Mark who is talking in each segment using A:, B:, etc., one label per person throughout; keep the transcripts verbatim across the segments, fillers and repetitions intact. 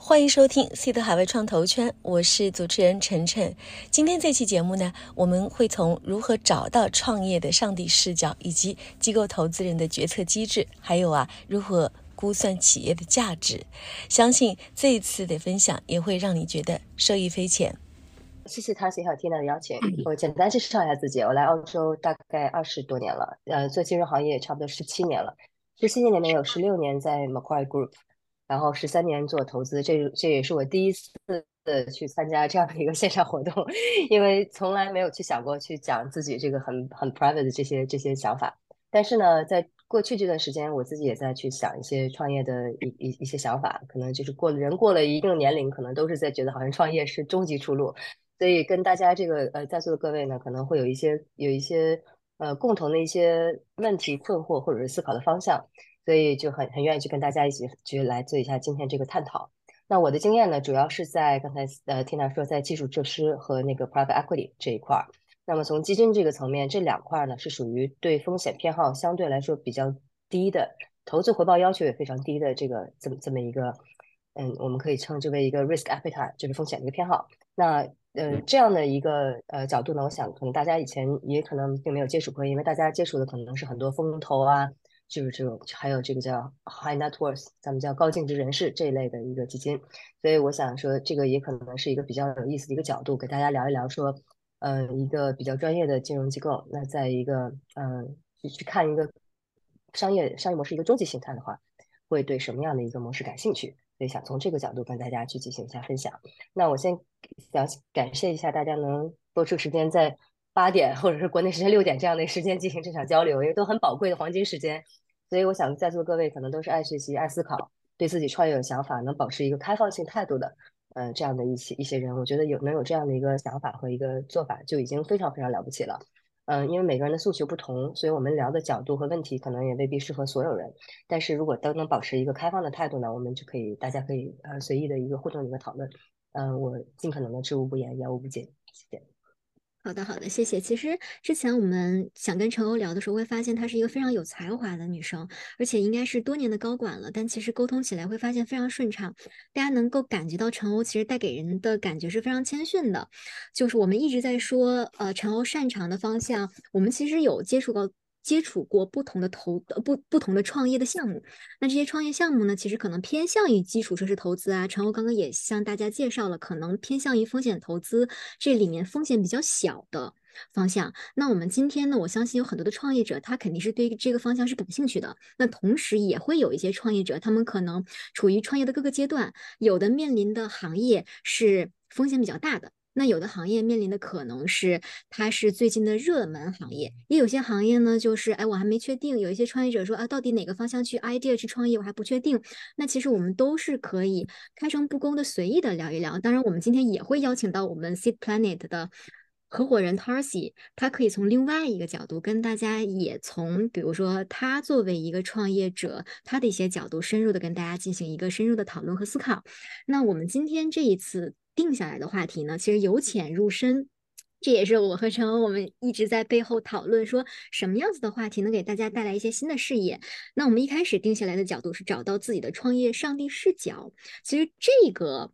A: 欢迎收听 C 的海外创投圈，我是主持人晨晨。今天这期节目呢，我们会从如何找到创业的上帝视角，以及机构投资人的决策机制，还有啊如何估算企业的价值。相信这一次的分享也会让你觉得受益匪浅。
B: 谢谢 Tarsi 还有 Tina 的邀请。我简单介绍一下自己，我来澳洲大概二十多年了，呃，做金融行业也差不多十七年了。十七年里面有十六年在 Macquarie Group，然后十三年做投资，这这也是我第一次去参加这样的一个线上活动，因为从来没有去想过去讲自己这个很很 private 的这些这些想法。但是呢，在过去这段时间，我自己也在去想一些创业的一一一些想法，可能就是过了人过了一定年龄，可能都是在觉得好像创业是终极出路。所以跟大家这个呃在座的各位呢，可能会有一些有一些呃共同的一些问题困惑或者是思考的方向，所以就很很愿意去跟大家一起去来做一下今天这个探讨。那我的经验呢，主要是在刚才呃 Tina 说在基础设施和那个 private equity 这一块儿。那么从基金这个层面，这两块呢是属于对风险偏好相对来说比较低的，投资回报要求也非常低的这个这么这么一个，嗯，我们可以称之为一个 risk appetite，就是风险的一个偏好。那呃这样的一个呃角度呢，我想可能大家以前也可能并没有接触过，因为大家接触的可能是很多风投啊，就是这种还有这个叫 high net worth，咱们叫高净值人士这一类的一个基金。所以我想说，这个也可能是一个比较有意思的一个角度，给大家聊一聊说，呃，一个比较专业的金融机构，那在一个嗯、呃、去去看一个商业商业模式一个终极形态的话，会对什么样的一个模式感兴趣？所以想从这个角度跟大家去进行一下分享。那我先想感谢一下大家能播出时间在八点或者是国内时间六点这样的时间进行这场交流，因为都很宝贵的黄金时间。所以我想在座各位可能都是爱学习、爱思考，对自己创业有想法，能保持一个开放性态度的，呃，这样的一些一些人，我觉得有能有这样的一个想法和一个做法，就已经非常非常了不起了。嗯、呃，因为每个人的诉求不同，所以我们聊的角度和问题可能也未必适合所有人。但是如果都能保持一个开放的态度呢，我们就可以大家可以呃随意的一个互动的一个讨论。嗯、呃，我尽可能的知无不言，言无不尽。谢谢。
C: 好的，好的，谢谢。其实之前我们想跟陈欧聊的时候，会发现她是一个非常有才华的女生，而且应该是多年的高管了。但其实沟通起来会发现非常顺畅，大家能够感觉到陈欧其实带给人的感觉是非常谦逊的。就是我们一直在说，呃，陈欧擅长的方向，我们其实有接触过。接触过不同的投呃不不同的创业的项目，那这些创业项目呢，其实可能偏向于基础设施投资啊。陈欧刚刚也向大家介绍了，可能偏向于风险投资，这里面风险比较小的方向。那我们今天呢，我相信有很多的创业者，他肯定是对这个方向是感兴趣的。那同时也会有一些创业者，他们可能处于创业的各个阶段，有的面临的行业是风险比较大的。那有的行业面临的可能是它是最近的热门行业，也有些行业呢，就是哎我还没确定。有一些创业者说啊，到底哪个方向去 idea 去创业，我还不确定。那其实我们都是可以开诚布公的随意的聊一聊。当然，我们今天也会邀请到我们 Seed Planet 的合伙人 Tarsi，他可以从另外一个角度跟大家也从，比如说他作为一个创业者，他的一些角度深入的跟大家进行一个深入的讨论和思考。那我们今天这一次定下来的话题呢，其实由浅入深。这也是我和陈欧我们一直在背后讨论，说什么样子的话题能给大家带来一些新的视野。那我们一开始定下来的角度是找到自己的创业上帝视角。其实这个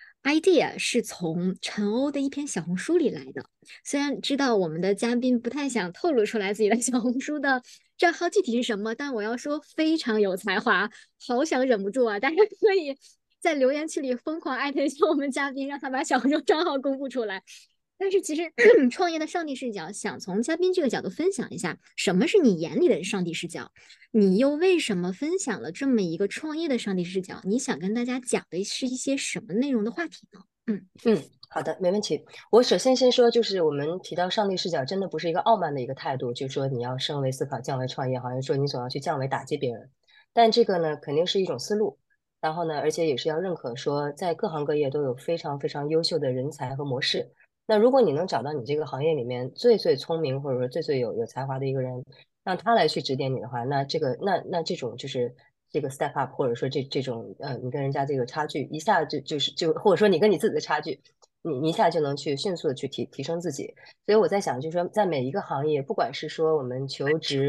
C: idea 是从陈欧的一篇小红书里来的。虽然知道我们的嘉宾不太想透露出来自己的小红书的账号具体是什么，但我要说非常有才华，好想忍不住啊！大家可以在留言区里疯狂艾特一下我们嘉宾，让他把小红书账号公布出来。但是其实创业的上帝视角，想从嘉宾这个角度分享一下，什么是你眼里的上帝视角？你又为什么分享了这么一个创业的上帝视角？你想跟大家讲的是一些什么内容的话题呢？嗯
B: 嗯，好的，没问题。我首先先说，就是我们提到上帝视角，真的不是一个傲慢的一个态度，就是说你要升维思考，降维创业，好像说你总要去降维打击别人。但这个呢，肯定是一种思路。然后呢，而且也是要认可说，在各行各业都有非常非常优秀的人才和模式。那如果你能找到你这个行业里面最最聪明或者说最最有有才华的一个人，让他来去指点你的话，那这个那那这种就是这个 step up，或者说这这种呃，你跟人家这个差距一下就就是就或者说你跟你自己的差距，你你一下就能去迅速的去提提升自己。所以我在想，就是说在每一个行业，不管是说我们求职。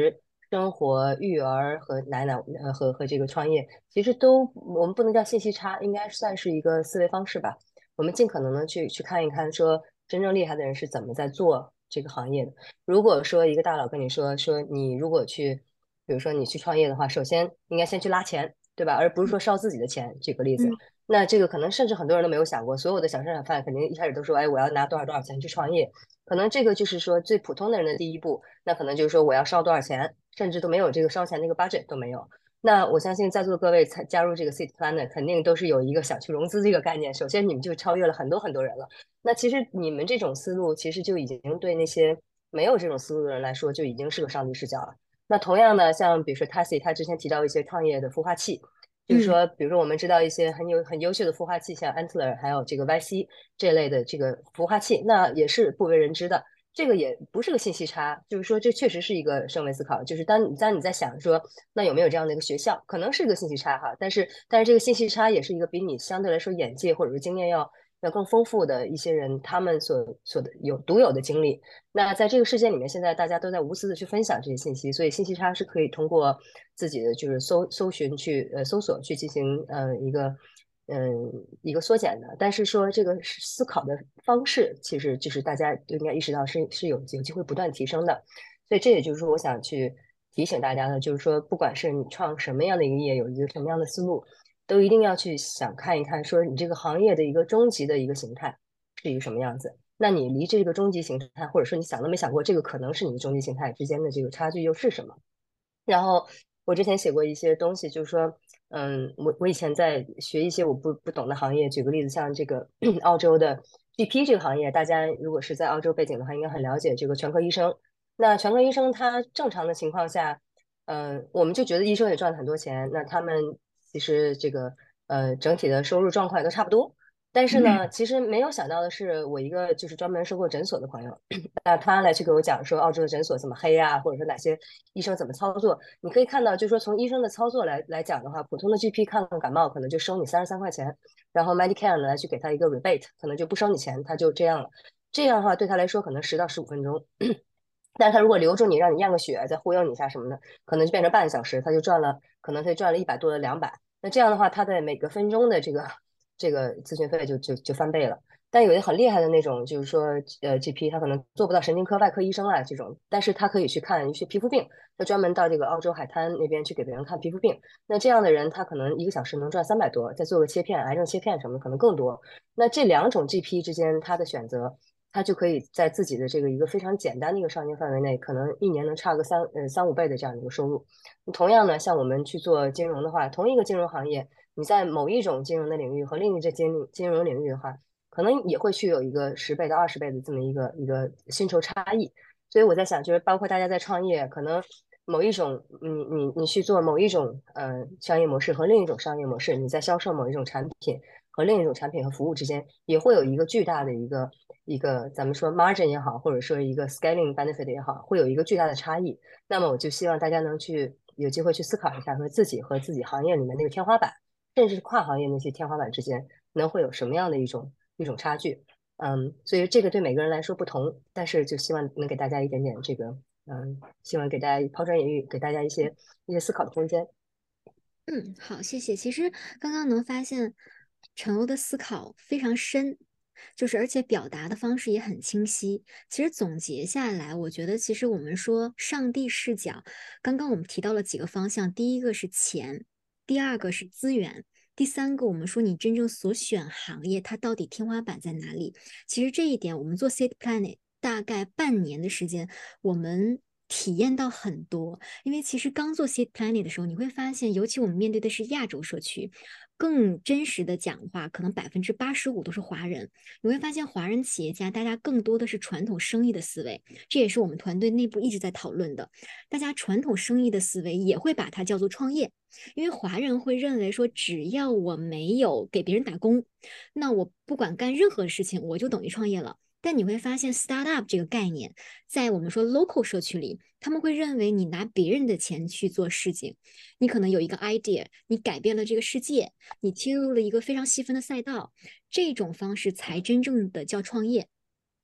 B: 生活、育儿和奶奶呃和和这个创业，其实都我们不能叫信息差，应该算是一个思维方式吧。我们尽可能的去去看一看，说真正厉害的人是怎么在做这个行业的。如果说一个大佬跟你说说你如果去，比如说你去创业的话，首先应该先去拉钱，对吧？而不是说烧自己的钱。举个例子，
C: 嗯
B: 那这个可能甚至很多人都没有想过，所有的小商小贩肯定一开始都说，哎，我要拿多少多少钱去创业。可能这个就是说最普通的人的第一步，那可能就是说我要烧多少钱，甚至都没有这个烧钱那个 budget 都没有。那我相信在座的各位才加入这个 Seed Planner，肯定都是有一个想去融资这个概念。首先你们就超越了很多很多人了。那其实你们这种思路，其实就已经对那些没有这种思路的人来说，就已经是个上帝视角了。那同样呢，像比如说 Tassie，他之前提到一些创业的孵化器，就是
C: 嗯。
B: 说，比如说我们知道一些很有很优秀的孵化器，像 Antler 还有这个 Y C 这类的这个孵化器，那也是不为人知的。这个也不是个信息差，就是说这确实是一个升维思考。就是当你当你在想说，那有没有这样的一个学校，可能是一个信息差哈，但是但是这个信息差也是一个比你相对来说眼界或者是经验要要更丰富的一些人，他们所所的有独有的经历。那在这个世界里面，现在大家都在无私的去分享这些信息，所以信息差是可以通过自己的就是搜搜寻去呃搜索去进行呃一个嗯一个缩减的。但是说这个思考的方式，其实就是大家都应该意识到是是有有机会不断提升的。所以这也就是说，我想去提醒大家的，就是说，不管是你创什么样的一个业，有一个什么样的思路，都一定要去想看一看，说你这个行业的一个终极的一个形态是一个什么样子。那你离这个终极形态，或者说你想都没想过，这个可能是你的终极形态之间的这个差距又是什么？然后我之前写过一些东西，就是说，嗯，我我以前在学一些我不不懂的行业，举个例子，像这个澳洲的 G P 这个行业，大家如果是在澳洲背景的话，应该很了解这个全科医生。那全科医生他正常的情况下，嗯，我们就觉得医生也赚了很多钱，那他们其实这个呃整体的收入状况也都差不多。但是呢，其实没有想到的是，我一个就是专门收过诊所的朋友，那他来去给我讲说澳洲的诊所怎么黑啊，或者说哪些医生怎么操作。你可以看到，就是说从医生的操作来来讲的话，普通的 G P 看感冒可能就收你三十三块钱，然后 Medicare 呢来去给他一个 rebate，可能就不收你钱，他就这样了。这样的话对他来说可能十到十五分钟，但是他如果留住你，让你验个血，再忽悠你一下什么的，可能就变成半个小时，他就赚了，可能他就赚了一百多的两百。那这样的话，他的每个分钟的这个这个咨询费就就就翻倍了。但有的很厉害的那种，就是说，呃，G P 他可能做不到神经科外科医生啊这种，但是他可以去看一些皮肤病，他专门到这个澳洲海滩那边去给别人看皮肤病。那这样的人，他可能一个小时能赚三百多，再做个切片、癌症切片什么的，可能更多。那这两种 G P 之间，他的选择。他就可以在自己的这个一个非常简单的一个上限范围内，可能一年能差个三呃三五倍的这样的一个收入。同样呢，像我们去做金融的话，同一个金融行业，你在某一种金融的领域和另一个金金融领域的话，可能也会去有一个十倍到二十倍的这么一个一个薪酬差异。所以我在想，就是包括大家在创业，可能某一种你你你去做某一种呃商业模式和另一种商业模式，你在销售某一种产品和另一种产品和服务之间，也会有一个巨大的一个一个咱们说 margin 也好，或者说一个 scaling benefit 也好，会有一个巨大的差异。那么我就希望大家能去有机会去思考一下，说自己和自己行业里面那个天花板，甚至是跨行业那些天花板之间，能会有什么样的一种一种差距。嗯，所以这个对每个人来说不同，但是就希望能给大家一点点这个，嗯，希望给大家抛砖引玉，给大家一些一些思考的空间。
C: 嗯，好，谢谢。其实刚刚能发现陈欧的思考非常深，就是而且表达的方式也很清晰。其实总结下来，我觉得其实我们说上帝视角，刚刚我们提到了几个方向，第一个是钱，第二个是资源。第三个，我们说你真正所选行业，它到底天花板在哪里？其实这一点，我们做 Seed Planet 大概半年的时间，我们体验到很多。因为其实刚做 Seed Planet 的时候，你会发现，尤其我们面对的是亚洲社区，更真实的讲话，可能百分之八十五都是华人。你会发现，华人企业家大家更多的是传统生意的思维，这也是我们团队内部一直在讨论的。大家传统生意的思维也会把它叫做创业，因为华人会认为说，只要我没有给别人打工，那我不管干任何事情，我就等于创业了。但你会发现，startup 这个概念，在我们说 local 社区里，他们会认为你拿别人的钱去做事情，你可能有一个 idea，你改变了这个世界，你切入了一个非常细分的赛道，这种方式才真正的叫创业。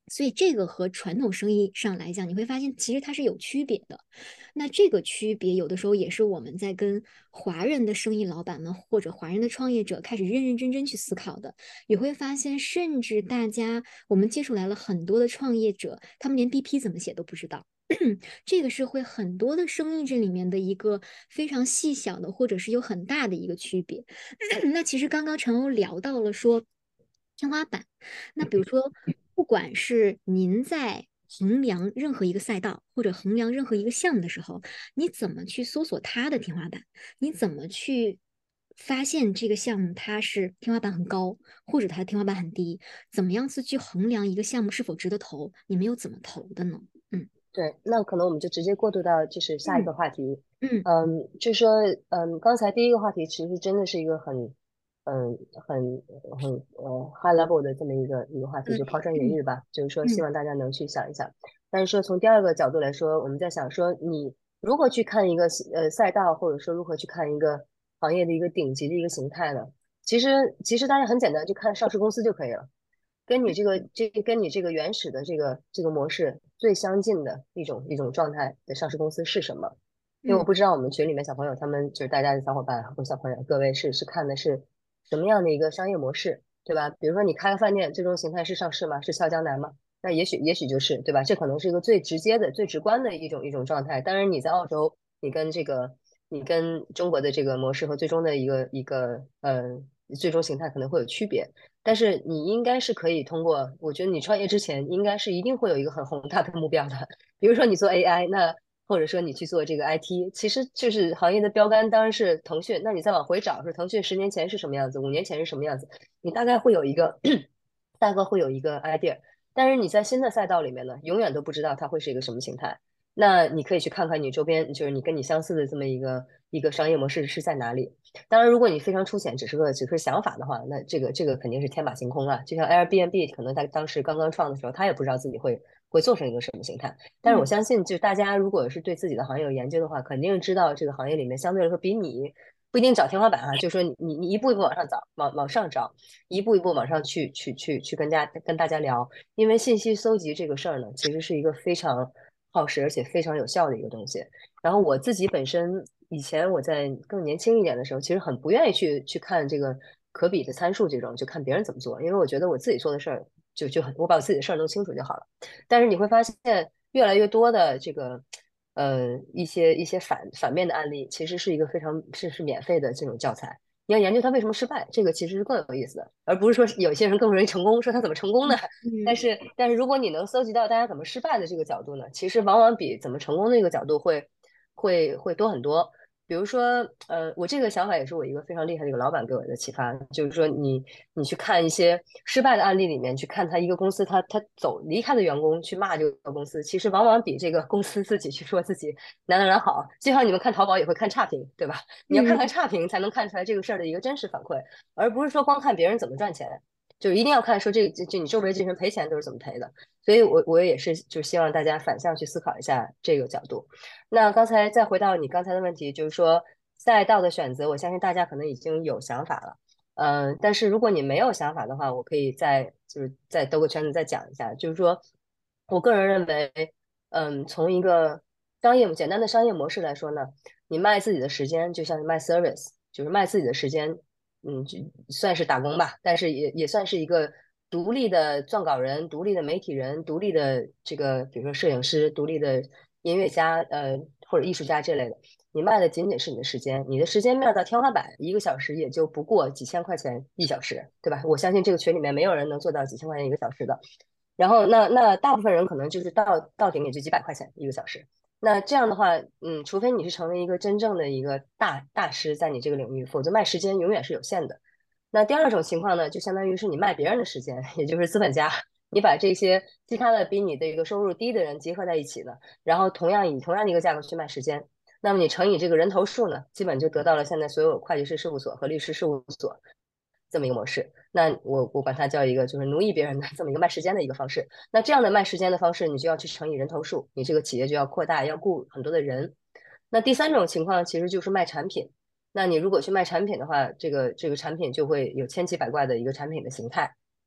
C: 所以这个和传统生意上来讲，你会发现其实它是有区别的。那这个区别有的时候也是我们在跟华人的生意老板们或者华人的创业者开始认认真真去思考的。你会发现，甚至大家我们接触来了很多的创业者，他们连 B P 怎么写都不知道。这个是会很多的生意这里面的一个非常细小的，或者是有很大的一个区别。那其实刚刚陈欧聊到了说天花板，那比如说，不管是您在衡量任何一个赛道或者衡量任何一个项目的时候，你怎么去搜索它的天花板？你怎么去发现这个项目它是天花板很高，或者它的天花板很低？怎么样子去衡量一个项目是否值得投？你们又怎么投的呢？嗯。
B: 对，那可能我们就直接过渡到就是下一个话题。
C: 嗯
B: 嗯，就是说，嗯，刚才第一个话题其实真的是一个很，嗯，很很呃 high level 的这么一个一个话题，就抛砖引玉吧，就是说希望大家能去想一想。但是说从第二个角度来说，我们在想说，你如何去看一个呃赛道，或者说如何去看一个行业的一个顶级的一个形态呢？其实其实大家很简单，就看上市公司就可以了。跟你这个这跟你这个原始的这个这个模式最相近的一种一种状态的上市公司是什么？因为我不知道我们群里面小朋友他们就是大家的小伙伴或小朋友各位是是看的是什么样的一个商业模式，对吧？比如说你开个饭店，最终形态是上市吗？是俏江南吗？那也许也许就是，对吧？这可能是一个最直接的、最直观的一种一种状态。当然你在澳洲，你跟这个你跟中国的这个模式和最终的一个一个呃最终形态可能会有区别。但是你应该是可以通过，我觉得你创业之前应该是一定会有一个很宏大的目标的。比如说你做 A I，那或者说你去做这个 I T，其实就是行业的标杆当然是腾讯。那你再往回找，说腾讯十年前是什么样子，五年前是什么样子，你大概会有一个大概会有一个 idea。但是你在新的赛道里面呢，永远都不知道它会是一个什么形态。那你可以去看看你周边，就是你跟你相似的这么一个一个商业模式是在哪里。当然，如果你非常粗浅，只是个只是想法的话，那这个这个肯定是天马行空啊。就像 Airbnb，可能他当时刚刚创的时候，他也不知道自己会会做成一个什么形态。但是我相信，就大家如果是对自己的行业有研究的话，肯定知道这个行业里面相对来说比你不一定找天花板啊，就是说你你你一步一步往上找，往往上找，一步一步往上去去去去跟家跟大家聊。因为信息搜集这个事儿呢，其实是一个非常耗时而且非常有效的一个东西。然后我自己本身以前我在更年轻一点的时候，其实很不愿意去去看这个可比的参数这种，就看别人怎么做，因为我觉得我自己做的事儿就就很，我把我自己的事儿弄清楚就好了。但是你会发现，越来越多的这个呃一些一些反反面的案例，其实是一个非常是是免费的这种教材。你要研究它为什么失败，这个其实是更有意思的，而不是说有些人更容易成功，说他怎么成功的。但是但是如果你能搜集到大家怎么失败的这个角度呢，其实往往比怎么成功的这个角度会会会多很多。比如说，呃，我这个想法也是我一个非常厉害的一个老板给我的启发，就是说你你去看一些失败的案例里面，去看他一个公司他他走离开的员工去骂这个公司，其实往往比这个公司自己去说自己哪哪哪好。就像你们看淘宝也会看差评，对吧？你要看看差评才能看出来这个事儿的一个真实反馈，而不是说光看别人怎么赚钱。就一定要看说这就就你周围这些人赔钱都是怎么赔的。所以我我也是就希望大家反向去思考一下这个角度。那刚才再回到你刚才的问题，就是说赛道的选择，我相信大家可能已经有想法了。嗯、呃，但是如果你没有想法的话，我可以再就是再兜个圈子再讲一下，就是说我个人认为，嗯，从一个商业简单的商业模式来说呢，你卖自己的时间就像是卖 service，就是卖自己的时间。嗯，就算是打工吧，但是也也算是一个独立的撰稿人、独立的媒体人、独立的这个，比如说摄影师、独立的音乐家，呃，或者艺术家这类的。你卖的仅仅是你的时间，你的时间面到天花板，一个小时也就不过几千块钱一小时，对吧？我相信这个群里面没有人能做到几千块钱一个小时的。然后那那大部分人可能就是到到顶也就几百块钱一个小时。那这样的话，嗯，除非你是成为一个真正的一个大大师，在你这个领域，否则卖时间永远是有限的。那第二种情况呢，就相当于是你卖别人的时间，也就是资本家，你把这些其他的比你的一个收入低的人结合在一起呢，然后同样以同样的一个价格去卖时间，那么你乘以这个人头数呢，基本就得到了现在所有会计师事务所和律师事务所这么一个模式。那我我把它叫一个就是奴役别人的这么一个卖时间的一个方式。那这样的卖时间的方式，你就要去乘以人头数，你这个企业就要扩大，要雇很多的人。那第三种情况其实就是卖产品。那你如果去卖产品的话，这个这个产品就会有千奇百怪的一个产品的形态。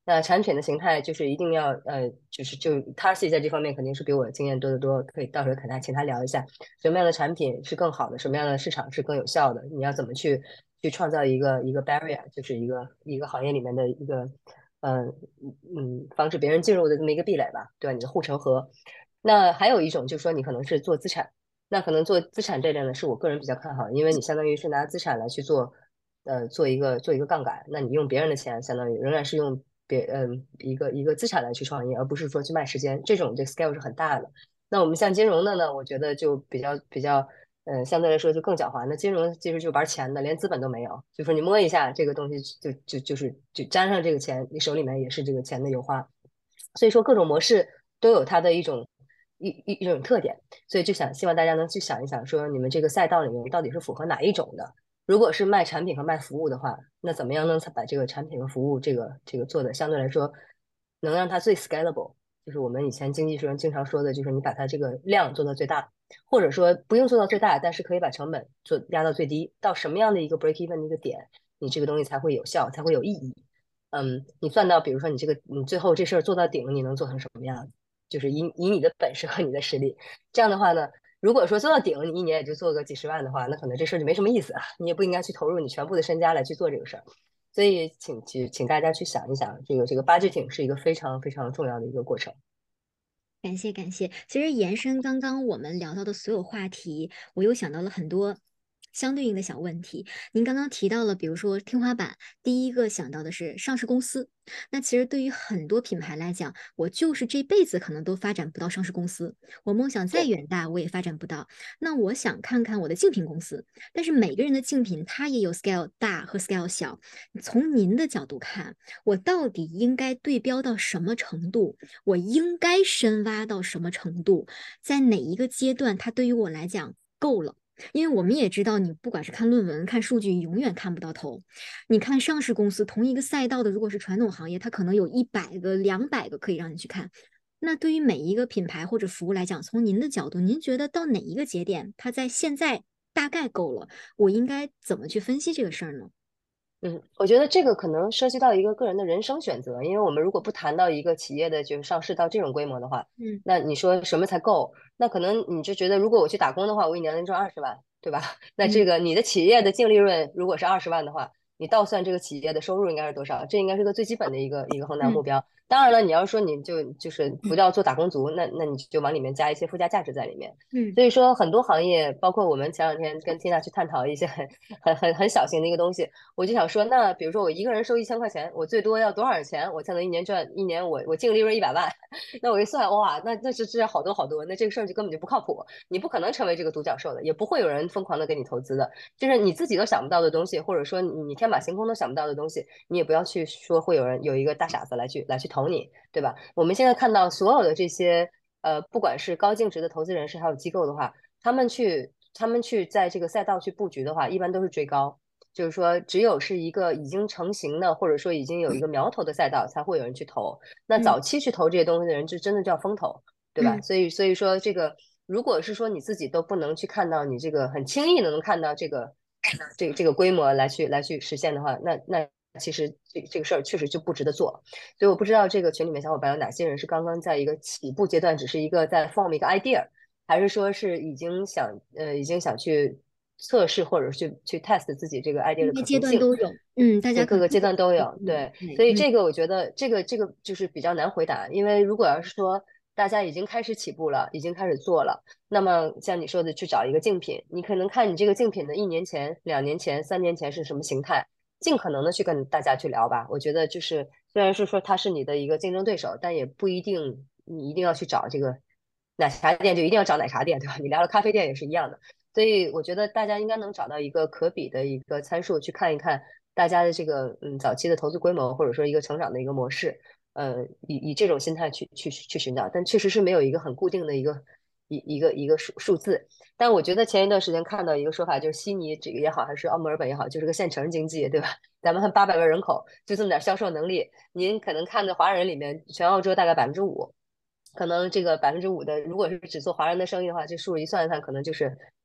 B: 那产品的形态就是一定要呃，就是就 Tarsi 在这方面肯定是比我经验多得多，可以到时候跟他请他聊一下，什么样的产品是更好的，什么样的市场是更有效的，你要怎么去去创造一个一个 barrier，就是一个一个行业里面的一个嗯嗯防止别人进入的这么一个壁垒吧，对吧？你的护城河。那还有一种就是说你可能是做资产，那可能做资产这类呢是我个人比较看好的，因为你相当于是拿资产来去做。呃，做一个做一个杠杆，那你用别人的钱，相当于仍然是用别嗯一个一个资产来去创业，而不是说去卖时间，这种这 scale 是很大的。那我们像金融的呢，我觉得就比较比较，嗯，相对来说就更狡猾。那金融其实就玩钱的，连资本都没有，就说你摸一下这个东西就就就是就沾上这个钱，你手里面也是这个钱的油花。所以说各种模式都有它的一种一一一种特点，所以就想希望大家能去想一想，说你们这个赛道里面到底是符合哪一种的。如果是卖产品和卖服务的话，那怎么样能把这个产品和服务这个这个做的相对来说能让它最 scalable，就是我们以前经济学上经常说的，就是你把它这个量做到最大，或者说不用做到最大，但是可以把成本做压到最低，到什么样的一个 break even 的一个点，你这个东西才会有效，才会有意义。嗯，你算到，比如说你这个，你最后这事儿做到顶，你能做成什么样子？就是以以你的本事和你的实力，这样的话呢，如果说做到顶，你一年也就做个几十万的话，那可能这事儿就没什么意思啊，你也不应该去投入你全部的身家来去做这个事儿。所以，请请请大家去想一想，这个这个 budgeting 是一个非常非常重要的一个过程。
C: 感谢感谢。其实延伸刚刚我们聊到的所有话题，我又想到了很多相对应的小问题。您刚刚提到了，比如说天花板，第一个想到的是上市公司。那其实对于很多品牌来讲，我就是这辈子可能都发展不到上市公司，我梦想再远大，我也发展不到。那我想看看我的竞品公司，但是每个人的竞品它也有 scale 大和 scale 小。从您的角度看，我到底应该对标到什么程度？我应该深挖到什么程度？在哪一个阶段，它对于我来讲够了？因为我们也知道，你不管是看论文、看数据，永远看不到头。你看上市公司，同一个赛道的，如果是传统行业，它可能有一百个、两百个可以让你去看。那对于每一个品牌或者服务来讲，从您的角度，您觉得到哪一个节点，它在现在大概够了？我应该怎么去分析这个事儿呢？
B: 嗯，我觉得这个可能涉及到一个个人的人生选择，因为我们如果不谈到一个企业的就是上市到这种规模的话，
C: 嗯，
B: 那你说什么才够？那可能你就觉得，如果我去打工的话，我一年能赚二十万，对吧？那这
C: 嗯
B: 个你的企业的净利润如果是二十万的话，你倒算这个企业的收入应该是多少？这应该是个最基本的一个一个衡量目
C: 嗯
B: 标。当然了，你要说你就就是不叫做打工族，那那你就往里面加一些附加价值在里面。
C: 嗯
B: 所以说，很多行业，包括我们前两天跟 Tina 去探讨一些很很很很小型的一个东西，我就想说，那比如说我一个人收一千块钱，我最多要多少钱，我才能一年赚一年我我净利润一百万？那我一算，哇，那那是这好多好多，那这个事儿就根本就不靠谱，你不可能成为这个独角兽的，也不会有人疯狂的给你投资的，就是你自己都想不到的东西，或者说你你天马行空都想不到的东西，你也不要去说会有人有一个大傻子来去来去投你，对吧？我们现在看到所有的这些。呃，不管是高净值的投资人士还有机构的话，他们去他们去在这个赛道去布局的话，一般都是追高，就是说只有是一个已经成型的，或者说已经有一个苗头的赛道，才会有人去投。那
C: 嗯
B: 早期去投这些东西的人，就真的叫风投，对吧？
C: 嗯
B: 所以所以说这个，如果是说你自己都不能去看到你这个很轻易的能看到这个这个这个规模来去来去实现的话，那那。其实这这个事儿确实就不值得做，所以我不知道这个群里面小伙伴有哪些人是刚刚在一个起步阶段，只是一个在 form 一个 idea，还是说是已经想呃已经想去测试或者去去 test 自己这个 idea 的
C: 应该阶
B: 可行性？
C: 段都有。嗯，大家可能
B: 对，各个阶段都有。对，
C: 对，嗯
B: 所以这个我觉得这个这个就是比较难回答，因为如果要是说大家已经开始起步了，已经开始做了，那么像你说的去找一个竞品，你可能看你这个竞品的一年前、两年前、三年前是什么形态。尽可能的去跟大家去聊吧。我觉得就是虽然是说他是你的一个竞争对手，但也不一定你一定要去找这个奶茶店就一定要找奶茶店，对吧？你聊了咖啡店也是一样的。所以我觉得大家应该能找到一个可比的一个参数，去看一看大家的这个嗯早期的投资规模，或者说一个成长的一个模式。呃，以以这种心态去去去寻找，但确实是没有一个很固定的一个一一个一个数数字。但我觉得前一段时间看到一个说法，就是悉尼这个也好，还是澳墨尔本也好，就是个县城经济，对吧？咱们还八百万人口，就这么点销售能力，您可能看的华人里面，全澳洲大概百分之五，可能这个百分之五的，如果是只做华人的生意的话，这数一算一算，可能就是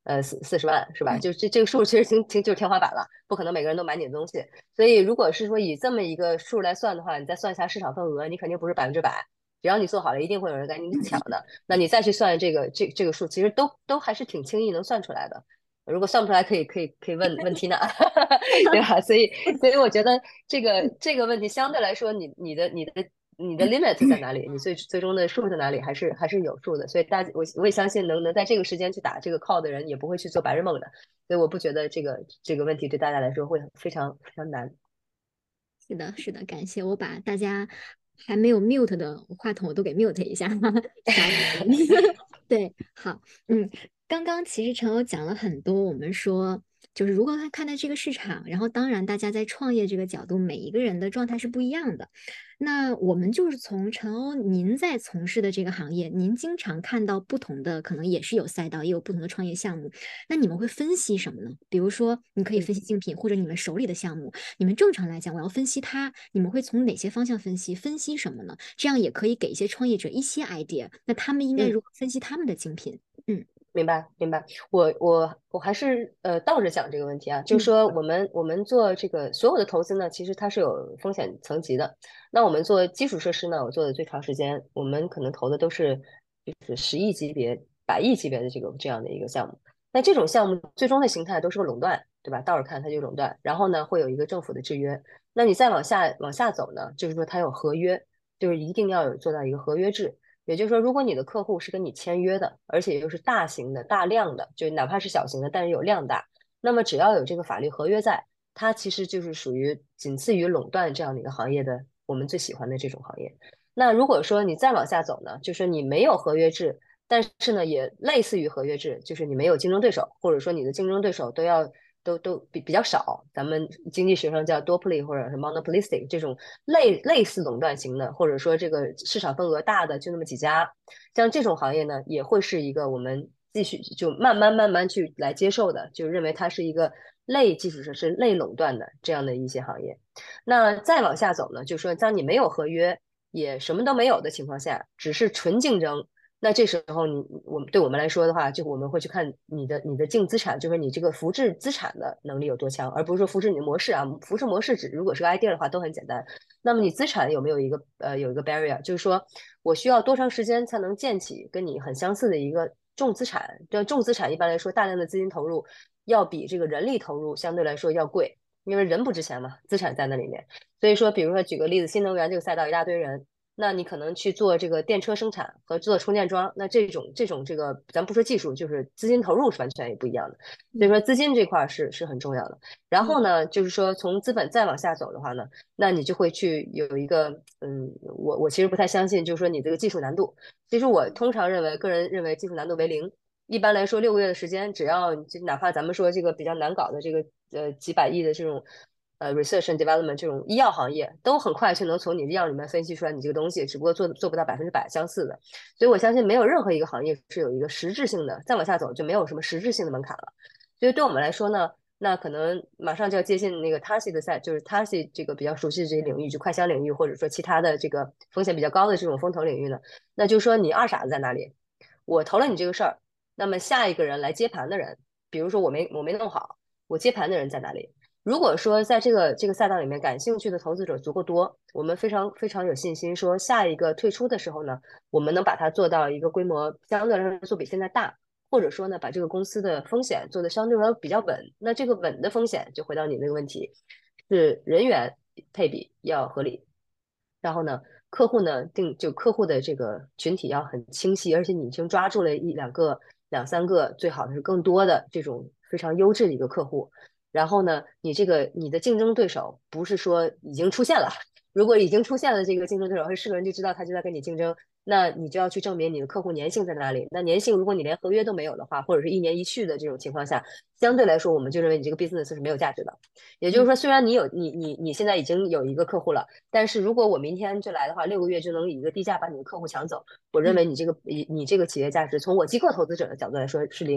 B: 呃四四十万是吧？就这这个数其实挺挺就是天花板了，不可能每个人都买你的东西。所以如果是说以这么一个数来算的话，你再算一下市场份额，你肯定不是百分之百。只要你做好了，一定会有人赶紧抢的。那你再去算这个这这个数，其实都都还是挺轻易能算出来的。如果算不出来，可以可以可以问问缇娜，对吧？所以所以我觉得这个这个问题相对来说，你你的你的你的 limit 在哪里？你最最终的数在哪里？还是还是有数的。所以大家我我也相信能能在这个时间去打这个 call 的人，也不会去做白日梦的。所以我不觉得这个这个问题对大家来说会非常非常难。
C: 是的，是的，感谢我把大家还没有 mute 的话筒我都给 mute 一下，傻眼了。对，好，嗯，刚刚其实陈欧讲了很多，我们说就是如何看看待这个市场，然后当然大家在创业这个角度，每一个人的状态是不一样的。那我们就是从陈欧您在从事的这个行业，您经常看到不同的，可能也是有赛道，也有不同的创业项目。那你们会分析什么呢？比如说，你可以分析竞品，或者你们手里的项目，你们正常来讲，我要分析它，你们会从哪些方向分析？分析什么呢？这样也可以给一些创业者一些 idea。那他们应该
B: 嗯。
C: 如何分析他们的竞品？嗯，
B: 明白，明白。我我我还是呃倒着讲这个问题啊，就是
C: 嗯
B: 说我们我们做这个所有的投资呢，其实它是有风险层级的。那我们做基础设施呢，我做的最长时间，我们可能投的都是就是十亿级别、百亿级别的这个这样的一个项目。那这种项目最终的形态都是个垄断，对吧？倒着看它就垄断，然后呢会有一个政府的制约。那你再往下往下走呢，就是说它有合约，就是一定要有做到一个合约制。也就是说，如果你的客户是跟你签约的，而且又是大型的、大量的，就哪怕是小型的，但是有量大，那么只要有这个法律合约在，它其实就是属于仅次于垄断这样的一个行业的我们最喜欢的这种行业。那如果说你再往下走呢，就是你没有合约制，但是呢也类似于合约制，就是你没有竞争对手，或者说你的竞争对手都要都都比比较少，咱们经济学上叫 duopoly 或者是 monopolistic 这种类类似垄断型的，或者说这个市场份额大的就那么几家，像这种行业呢，也会是一个我们继续就慢慢慢慢去来接受的，就认为它是一个类基础设施、类垄断的这样的一些行业。那再往下走呢，就是说当你没有合约，也什么都没有的情况下，只是纯竞争。那这时候你我们对我们来说的话，就我们会去看你的你的净资产，就是你这个复制资产的能力有多强，而不是说复制你的模式啊。复制模式只如果是个 idea 的话都很简单。那么你资产有没有一个呃有一个 barrier，就是说我需要多长时间才能建起跟你很相似的一个重资产？这重资产一般来说大量的资金投入要比这个人力投入相对来说要贵，因为人不值钱嘛，资产在那里面。所以说，比如说举个例子，新能源这个赛道一大堆人。那你可能去做这个电车生产和做充电桩，那这种这种这个，咱不说技术，就是资金投入是完全也不一样的。所以说资金这块是是很重要的。然后呢，就是说从资本再往下走的话呢，那你就会去有一个，嗯，我我其实不太相信，就是说你这个技术难度。其实我通常认为，个人认为技术难度为零。一般来说，六个月的时间，只要就哪怕咱们说这个比较难搞的这个呃几百亿的这种。呃，research and development 这种医药行业都很快就能从你的药里面分析出来你这个东西，只不过做做不到百分之百相似的。所以我相信没有任何一个行业是有一个实质性的，再往下走就没有什么实质性的门槛了。所以对我们来说呢，那可能马上就要接近那个 Tarsi 的赛，就是 Tarsi 这个比较熟悉的这些领域，就快消领域或者说其他的这个风险比较高的这种风投领域呢，那就是说你二傻子在哪里？我投了你这个事儿，那么下一个人来接盘的人，比如说我没我没弄好，我接盘的人在哪里？如果说在这个这个赛道里面感兴趣的投资者足够多，我们非常非常有信心说，下一个退出的时候呢，我们能把它做到一个规模相对来说比现在大，或者说呢，把这个公司的风险做的相对来说比较稳。那这个稳的风险就回到你那个问题，是人员配比要合理，然后呢，客户呢定就客户的这个群体要很清晰，而且你已经抓住了一两个、两三个，最好的是更多的这种非常优质的一个客户。然后呢，你这个你的竞争对手不是说已经出现了，如果已经出现了这个竞争对手，是个人就知道他就在跟你竞争，那你就要去证明你的客户粘性在哪里。那粘性，如果你连合约都没有的话，或者是一年一续的这种情况下，相对来说，我们就认为你这个 business 是没有价值的。也就是说，虽然你有你你你现在已经有一个客户了，但是如果我明天就来的话，六个月就能以一个低价把你的客户抢走，我认为你这个你你这个企业价值，从我机构投资者的角度来说是零。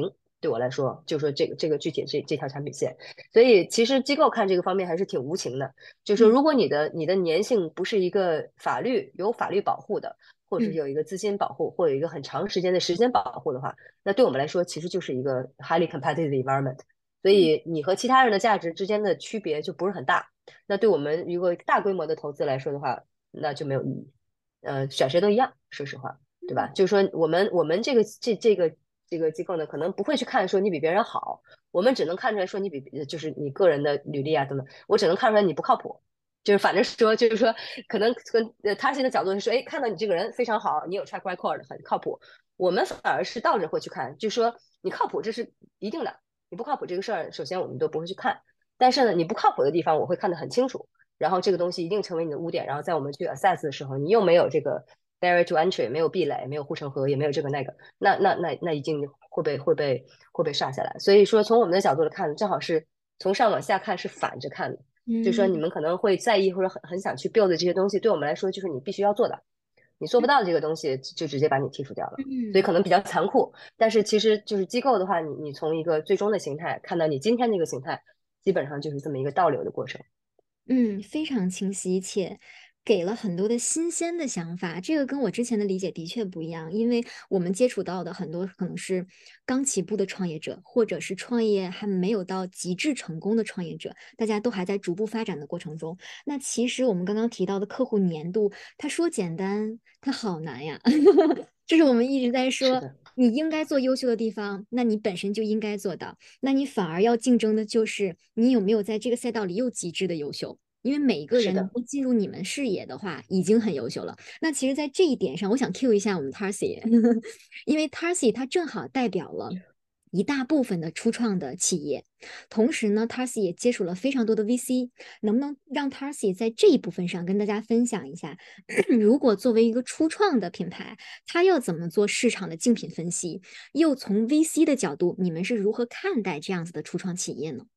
B: 对我来说，就说这个这个具体这这条产品线，所以其实机构看这个方面还是挺无情的，就是说
C: 嗯
B: 如果你的你的粘性不是一个法律有法律保护的，或者是
C: 嗯
B: 有一个资金保护，或有一个很长时间的时间保护的话，那对我们来说其实就是一个 highly competitive environment，所
C: 嗯
B: 以你和其他人的价值之间的区别就不是很大。那对我们如果大规模的投资来说的话，那就没有意义。呃，选谁都一样，说实话。对吧？就是说，我们我们这个这这个这个机构呢，可能不会去看说你比别人好，我们只能看出来说你比就是你个人的履历啊等等，我只能看出来你不靠谱。就是反正说，就是说，可能跟呃他现在角度是说，哎，看到你这个人非常好，你有 track record 很靠谱。我们反而是倒着会去看，就是说你靠谱这是一定的，你不靠谱这个事儿，首先我们都不会去看。但是呢，你不靠谱的地方，我会看得很清楚。然后这个东西一定成为你的污点，然后在我们去 assess 的时候，你又没有这个 barrier to entry，没有壁垒，没有护城河，也没有这个那个，那那那那一定会被会被会被刷下来。所以说，从我们的角度来看，正好是从上往下看是反着看的，就是说你
C: 嗯
B: 们可能会在意或者很很想去 build 这些东西，对我们来说就是你必须要做的，你做不到这个东西就直接把你剔除掉了。所以
C: 嗯。
B: 可能比较残酷，但是其实就是机构的话，你你从一个最终的形态看到你今天这个形态，基本上就是这么一个倒流的过程。
C: 嗯，非常清晰，且给了很多的新鲜的想法。这个跟我之前的理解的确不一样，因为我们接触到的很多可能是刚起步的创业者，或者是创业还没有到极致成功的创业者，大家都还在逐步发展的过程中。那其实我们刚刚提到的客户粘度，他说简单，他好难呀。这是我们一直在说，
B: 是的，
C: 你应该做优秀的地方，那你本身就应该做到。那你反而要竞争的就是你有没有在这个赛道里又极致的优秀。因为每一个
B: 是的。
C: 人能够进入你们视野的话，已经很优秀了。那其实，在这一点上，我想 cue 一下我们 Tarsi，因为 Tarsi 它正好代表了一大部分的初创的企业，同时呢，Tarsi 也接触了非常多的 V C，能不能让 Tarsi 在这一部分上跟大家分享一下，如果作为一个初创的品牌，它要怎么做市场的竞品分析？又从 V C 的角度，你们是如何看待这样子的初创企业呢？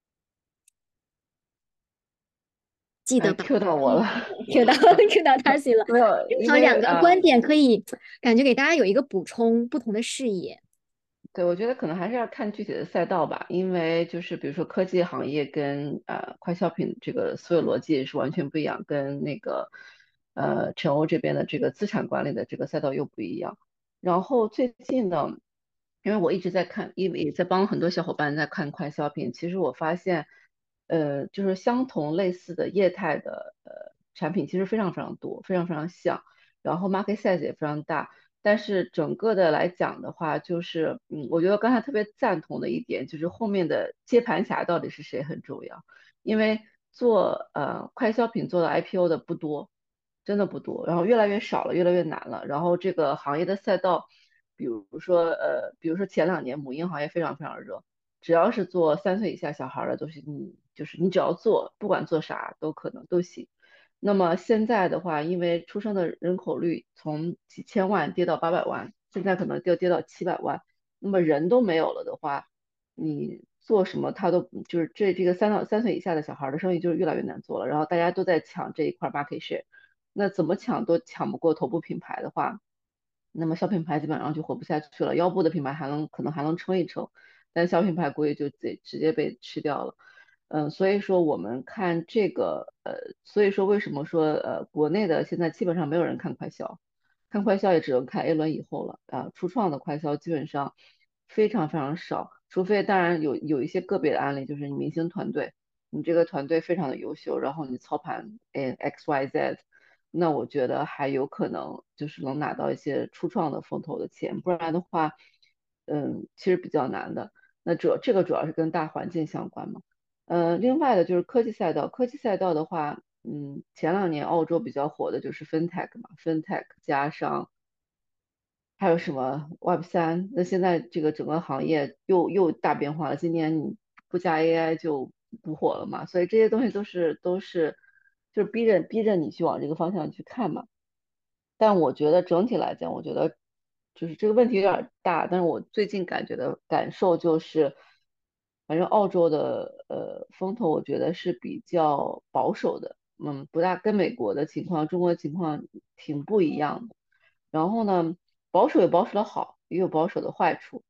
C: 记得
D: 哎
C: 把
D: ，Q 到我了。
C: Q 到 Q 到 Tarsi 了，
D: 没有，
C: 正
D: 因
C: 好两个
D: 为啊、
C: 观点可以感觉给大家有一个补充，不同的视野。
D: 对，我觉得可能还是要看具体的赛道吧，因为就是比如说科技行业跟呃快消品这个思维逻辑是完全不一样，跟那个呃陈欧这边的这个资产管理的这个赛道又不一样。然后最近呢，因为我一直在看，因为也在帮很多小伙伴在看快消品，其实我发现，呃，就是相同类似的业态的呃产品其实非常非常多，非常非常像，然后 market size 也非常大。但是整个的来讲的话，就是嗯，我觉得刚才特别赞同的一点就是后面的接盘侠到底是谁很重要，因为做呃快消品做的 I P O 的不多，真的不多，然后越来越少了，越来越难了。然后这个行业的赛道，比如说呃，比如说前两年母婴行业非常非常热，只要是做三岁以下小孩儿的都是你就是你只要做，不管做啥都可能都行。那么现在的话，因为出生的人口率从几千万跌到八百万，现在可能掉跌到七百万，那么人都没有了的话，你做什么他都就是这这个三到三岁以下的小孩的生意就是越来越难做了，然后大家都在抢这一块 market share，那怎么抢都抢不过头部品牌的话，那么小品牌基本上就活不下去了，腰部的品牌还能可能还能撑一撑，但小品牌估计就得直接被吃掉了。嗯，所以说我们看这个，呃，所以说为什么说，呃，国内的现在基本上没有人看快销，看快销也只能看 A 轮以后了啊，初创的快销基本上非常非常少，除非当然有有一些个别的案例，就是你明星团队，你这个团队非常的优秀，然后你操盘，哎，X Y Z，那我觉得还有可能就是能拿到一些初创的风投的钱，不然的话，嗯，其实比较难的。那主这个主要是跟大环境相关嘛。呃，另外的就是科技赛道，科技赛道的话，嗯，前两年澳洲比较火的就是 FinTech 嘛，FinTech 加上还有什么 Web 三，那现在这个整个行业又又大变化了，今年你不加 A I 就不火了嘛，所以这些东西都是都是就是逼着逼着你去往这个方向去看嘛。但我觉得整体来讲，我觉得就是这个问题有点儿大，但是我最近感觉的感受就是，反正澳洲的呃风投，我觉得是比较保守的，嗯，不大跟美国的情况、中国的情况挺不一样的。然后呢，保守有保守的好，也有保守的坏处。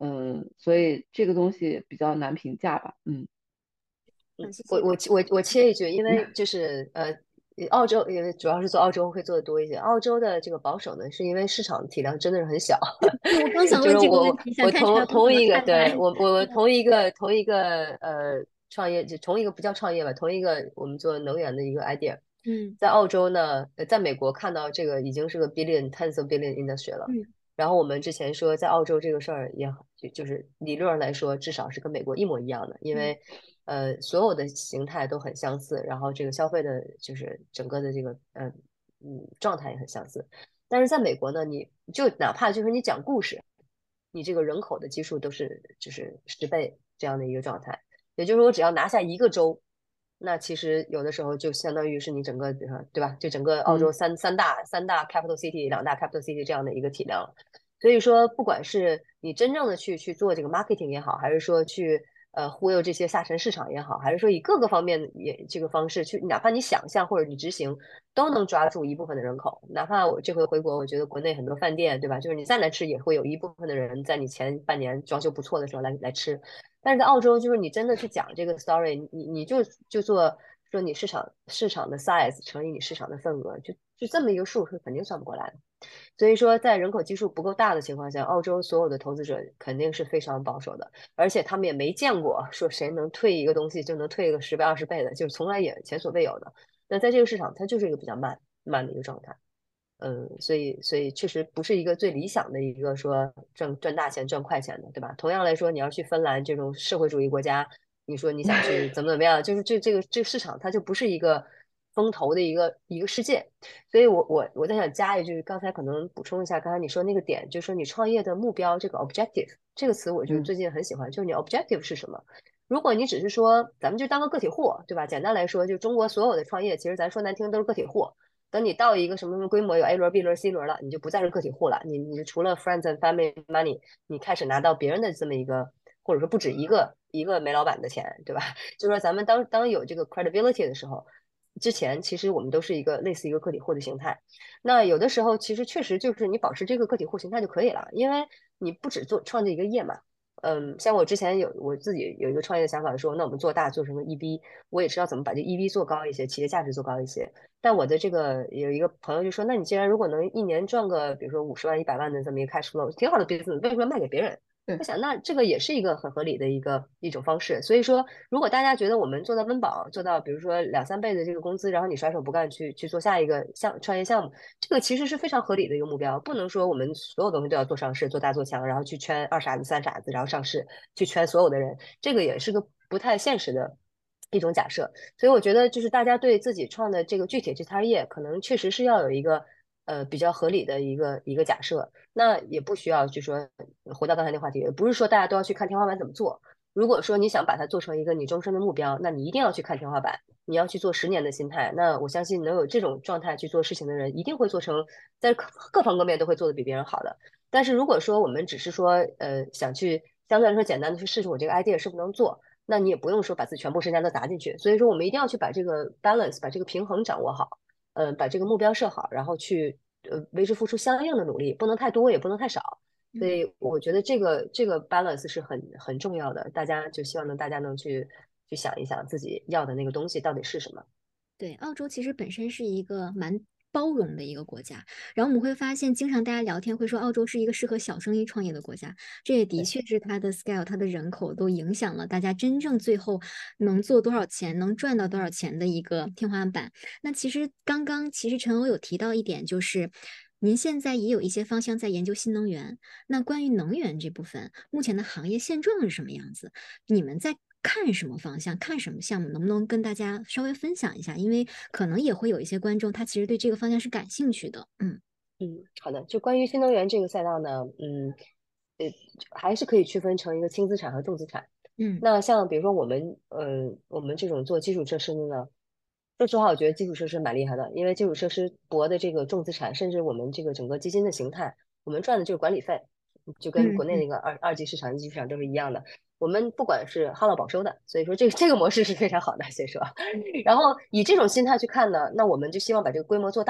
D: 嗯，所以这个东西比较难评价吧。嗯
B: 嗯，
C: 谢谢。
B: 我我我我切一句，因为就是呃，澳洲因为主要是做澳洲会做的多一些。澳洲的这个保守呢，是因为市场体量真的是很小。
C: 对，我刚想
B: 就是
C: 问这个问
B: 我
C: 题，想
B: 我
C: 看陈
B: 同同一个
C: 欧怎么看待。
B: 对我我我同一个同一个呃创业就同一个不叫创业吧，同一个我们做能源的一个 idea，
C: 嗯
B: 在澳洲呢，呃在美国看到这个已经是个 billion tens of billion industry 了。
C: 嗯
B: 然后我们之前说，在澳洲这个事儿也就就是理论上来说，至少是跟美国一模一样的，因
C: 嗯
B: 为呃所有的形态都很相似，然后这个消费的就是整个的这个呃嗯状态也很相似。但是在美国呢，你就哪怕就是你讲故事，你这个人口的基数都是就是十倍这样的一个状态。也就是说，我只要拿下一个州，那其实有的时候就相当于是你整个，比如说对吧？就整个澳洲
D: 嗯
B: 三三大三大 capital city，两大 capital city 这样的一个体量了。所以说，不管是你真正的去去做这个 marketing 也好，还是说去呃忽悠这些下沉市场也好，还是说以各个方面也这个方式去，哪怕你想象或者你执行，都能抓住一部分的人口。哪怕我这回回国，我觉得国内很多饭店，对吧？就是你再来吃，也会有一部分的人在你前半年装修不错的时候来来吃。但是在澳洲，就是你真的去讲这个 story，你你就就做说你市场市场的 size 乘以你市场的份额，就就这么一个数是肯定算不过来的。所以说，在人口基数不够大的情况下，澳洲所有的投资者肯定是非常保守的，而且他们也没见过说谁能退一个东西就能退个十倍、二十倍的，就是从来也前所未有的。那在这个市场，它就是一个比较慢慢的一个状态。嗯，所以所以确实不是一个最理想的一个说赚赚大钱赚快钱的，对吧？同样来说，你要去芬兰这种社会主义国家，你说你想去怎么怎么样，就是这这个这个市场它就不是一个风投的一个一个世界。所以我我我在想加一句，刚才可能补充一下，刚才你说那个点，就是说你创业的目标这个 objective 这个词，我就
D: 嗯
B: 最近很喜欢，就是你 objective 是什么？如果你只是说咱们就当个个体户，对吧？简单来说，就中国所有的创业，其实咱说难听都是个体户。等你到一个什么什么规模，有 A 轮、B 轮、C 轮了，你就不再是个体户了。你你除了 friends and family money，你开始拿到别人的这么一个，或者说不止一个一个煤老板的钱，对吧？就说咱们当当有这个 credibility 的时候，之前其实我们都是一个类似一个个体户的形态。那有的时候其实确实就是你保持这个个体户形态就可以了，因为你不只做创建一个业嘛。嗯，像我之前有我自己有一个创业的想法说，那我们做大做成个 E V，我也知道怎么把这 E V 做高一些，企业价值做高一些。但我的这个有一个朋友就说，那你既然如果能一年赚个，比如说五十万、一百万的这么一个 cash flow，挺好的 business，为什么卖给别人？
D: 对
B: 我想，那这个也是一个很合理的一个一种方式。所以说，如果大家觉得我们做到温饱，做到比如说两三倍的这个工资，然后你甩手不干去去做下一个项创业项目，这个其实是非常合理的一个目标。不能说我们所有东西都要做上市，做大做强，然后去圈二傻子、三傻子，然后上市去圈所有的人，这个也是个不太现实的一种假设。所以我觉得，就是大家对自己创的这个具体这摊业，可能确实是要有一个呃比较合理的一个一个假设。那也不需要就说回到刚才那话题，不是说大家都要去看天花板怎么做。如果说你想把它做成一个你终身的目标，那你一定要去看天花板，你要去做十年的心态。那我相信能有这种状态去做事情的人，一定会做成在各各方各面都会做得比别人好的。但是如果说我们只是说呃想去相对来说简单的去试试我这个 idea 是不是能做，那你也不用说把自己全部身家都砸进去。所以说我们一定要去把这个 balance，把这个平衡掌握好，嗯、呃，把这个目标设好，然后去呃为之付出相应的努力，不能太多也不能太少。所以我觉得这个这个 balance 是很很重要的，大家就希望呢大家能去去想一想自己要的那个东西到底是什么。
C: 对，澳洲其实本身是一个蛮包容的一个国家，然后我们会发现，经常大家聊天会说澳洲是一个适合小生意创业的国家，这也的确是它的 scale、它的人口都影响了大家真正最后能做多少钱、能赚到多少钱的一个天花板。那其实刚刚其实陈欧有提到一点，就是您现在也有一些方向在研究新能源。那关于能源这部分，目前的行业现状是什么样子？你们在看什么方向，看什么项目，能不能跟大家稍微分享一下？因为可能也会有一些观众，他其实对这个方向是感兴趣的。嗯
B: 嗯，好的。就关于新能源这个赛道呢，嗯，呃，还是可以区分成一个轻资产和重资产。
C: 嗯
B: 那像比如说我们，呃，我们这种做基础设施的呢，说实话，我觉得基础设施蛮厉害的，因为基础设施博的这个重资产，甚至我们这个整个基金的形态，我们赚的就是管理费，就跟国内
C: 嗯嗯
B: 那个二二级市场、一级市场都是一样的。我们不管是哈劳保收的，所以说这个这个模式是非常好的，所以说，然后以这种心态去看呢，那我们就希望把这个规模做大。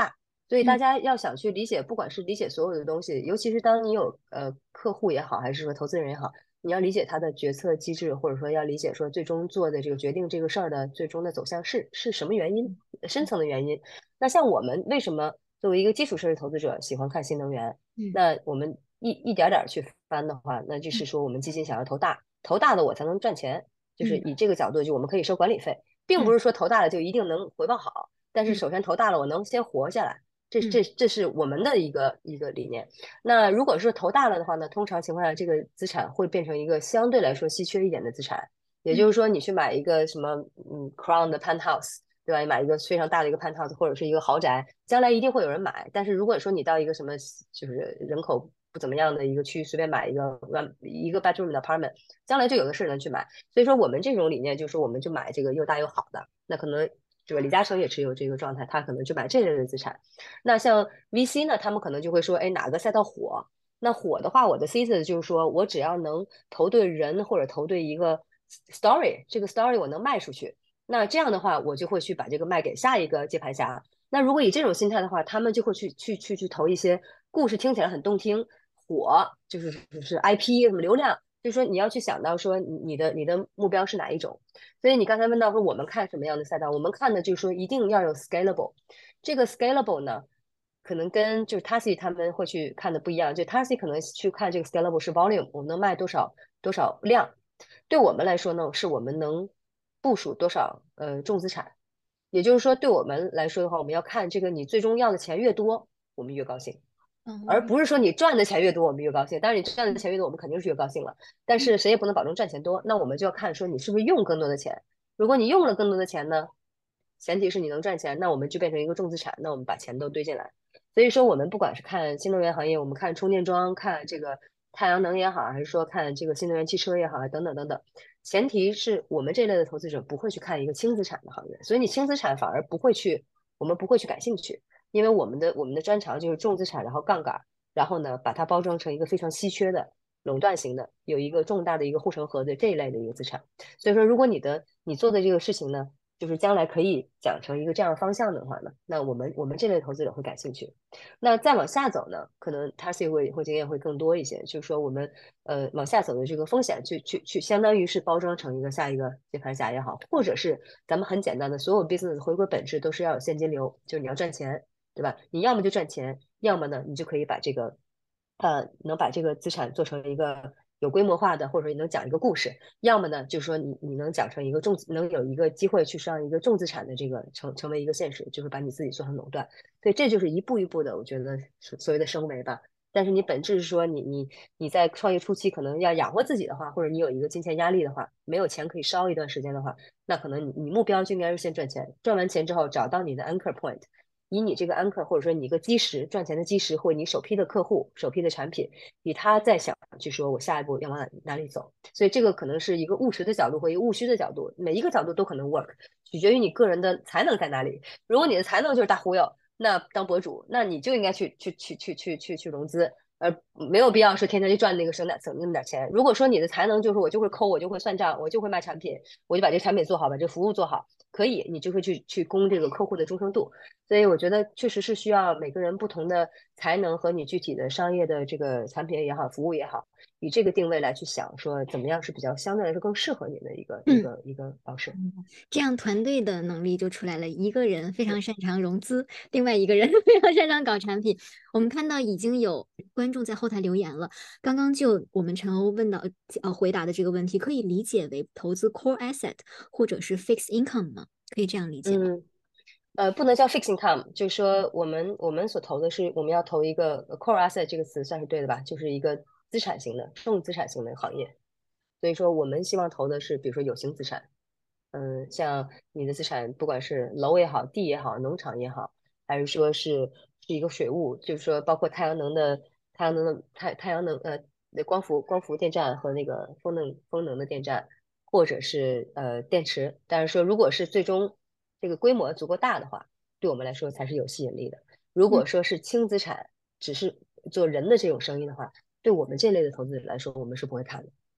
B: 所以大
C: 嗯
B: 家要想去理解，不管是理解所有的东西，尤其是当你有呃客户也好，还是说投资人也好，你要理解他的决策机制，或者说要理解说最终做的这个决定这个事儿的最终的走向是是什么原因，深层的原因。那像我们为什么作为一个基础设施投资者喜欢看新能源？
C: 嗯
B: 那我们一一点点去翻的话，那就是说我们基金想要投大，投大的我才能赚钱，就是以这个角度，就我们可以收管理费，并不是说投大了就一定能回报好，但是首先投大了我能先活下来。这这这是我们的一个一个理念。那如果是投大了的话呢，通常情况下，这个资产会变成一个相对来说稀缺一点的资产。也就是说，你去买一个什么嗯 Crown 的 Penthouse，对吧？你买一个非常大的一个 Penthouse 或者是一个豪宅，将来一定会有人买。但是如果说你到一个什么就是人口不怎么样的一个区域，随便买一个 one 一个 bedroom 的 apartment，将来就有的是人去买。所以说我们这种理念就是，我们就买这个又大又好的。那可能这个李嘉诚也持有这个状态，他可能就买这类的资产。那像 V C 呢，他们可能就会说，哎，哪个赛道火？那火的话，我的 thesis 就是说我只要能投对人或者投对一个 story，这个 story 我能卖出去，那这样的话，我就会去把这个卖给下一个接盘侠。那如果以这种心态的话，他们就会去去去去投一些故事听起来很动听、火，就是就是 I P 什么流量。就是说你要去想到说你的你的目标是哪一种，所以你刚才问到说我们看什么样的赛道，我们看的就是说一定要有 scalable。这个 scalable 呢，可能跟就是 Tassi 他们会去看的不一样，就 Tassi 可能去看这个 scalable 是 volume，我们能卖多少多少量。对我们来说呢，是我们能部署多少呃重资产。也就是说，对我们来说的话，我们要看这个你最终要的钱越多，我们越高兴。而不是说你赚的钱越多我们越高兴，当然你赚的钱越多我们肯定是越高兴了，但是谁也不能保证赚钱多，那我们就要看说你是不是用更多的钱。如果你用了更多的钱呢，前提是你能赚钱，那我们就变成一个重资产，那我们把钱都堆进来。所以说我们不管是看新能源行业，我们看充电桩，看这个太阳能也好，还是说看这个新能源汽车也好，等等等等，前提是我们这类的投资者不会去看一个轻资产的行业，所以你轻资产反而不会去，我们不会去感兴趣。因为我们的我们的专长就是重资产，然后杠杆，然后呢把它包装成一个非常稀缺的垄断型的，有一个重大的一个护城河的这一类的一个资产。所以说，如果你的你做的这个事情呢，就是将来可以讲成一个这样的方向的话呢，那我们我们这类投资者会感兴趣。那再往下走呢，可能 Tassi 会会经验会更多一些，就是说我们呃往下走的这个风险，去去去，相当于是包装成一个下一个接盘侠也好，或者是咱们很简单的所有 business 回归本质都是要有现金流，就是你要赚钱。对吧？你要么就赚钱，要么呢，你就可以把这个，呃，能把这个资产做成一个有规模化的，或者你能讲一个故事；要么呢，就是说你你能讲成一个重，能有一个机会去上一个重资产的这个成成为一个现实，就是把你自己做成垄断。所以这就是一步一步的，我觉得所谓的升维吧。但是你本质是说你你你在创业初期可能要养活自己的话，或者你有一个金钱压力的话，没有钱可以烧一段时间的话，那可能你你目标就应该是先赚钱，赚完钱之后找到你的 anchor point。以你这个 anchor 或者说你一个基石赚钱的基石，或你首批的客户、首批的产品，以他再想去说我下一步要往哪哪里走。所以这个可能是一个务实的角度和一个务虚的角度，每一个角度都可能 work，取决于你个人的才能在哪里。如果你的才能就是大忽悠，那当博主，那你就应该去去去去去去去融资。而没有必要说天天去赚那个省点省那么点钱。如果说你的才能就是我就会抠，我就会算账，我就会卖产品，我就把这个产品做好，把这个服务做好，可以，你就会去去攻这个客户的忠诚度。所以我觉得确实是需要每个人不同的才能和你具体的商业的这个产品也好，服务也好，以这个定位来去想说怎么样是比较相对来说更适合你的一个、嗯、一个一个方式。
C: 这样团队的能力就出来了，一个人非常擅长融资，另外一个人非常擅长搞产品。我们看到已经有观众在后台留言了，刚刚就我们陈欧问到呃回答的这个问题，可以理解为投资 core asset 或者是 fixed income 吗？可以这样理解吗？
B: 嗯呃，不能叫 fixed income，就是说我们我们所投的是我们要投一个 core asset 这个词算是对的吧？就是一个资产型的重资产型的行业。所以说我们希望投的是比如说有形资产，嗯，像你的资产不管是楼也好，地也好，农场也好，还是说是是一个水务，就是说包括太阳能的太阳能的太太阳能呃光伏光伏电站和那个风能风能的电站，或者是呃电池。但是说如果是最终这个规模足够大的话，对我们来说才是有吸引力的。如果说是轻资产，只是做人的这种生意的话，对我们这类的投资者来说，我们是不会看的。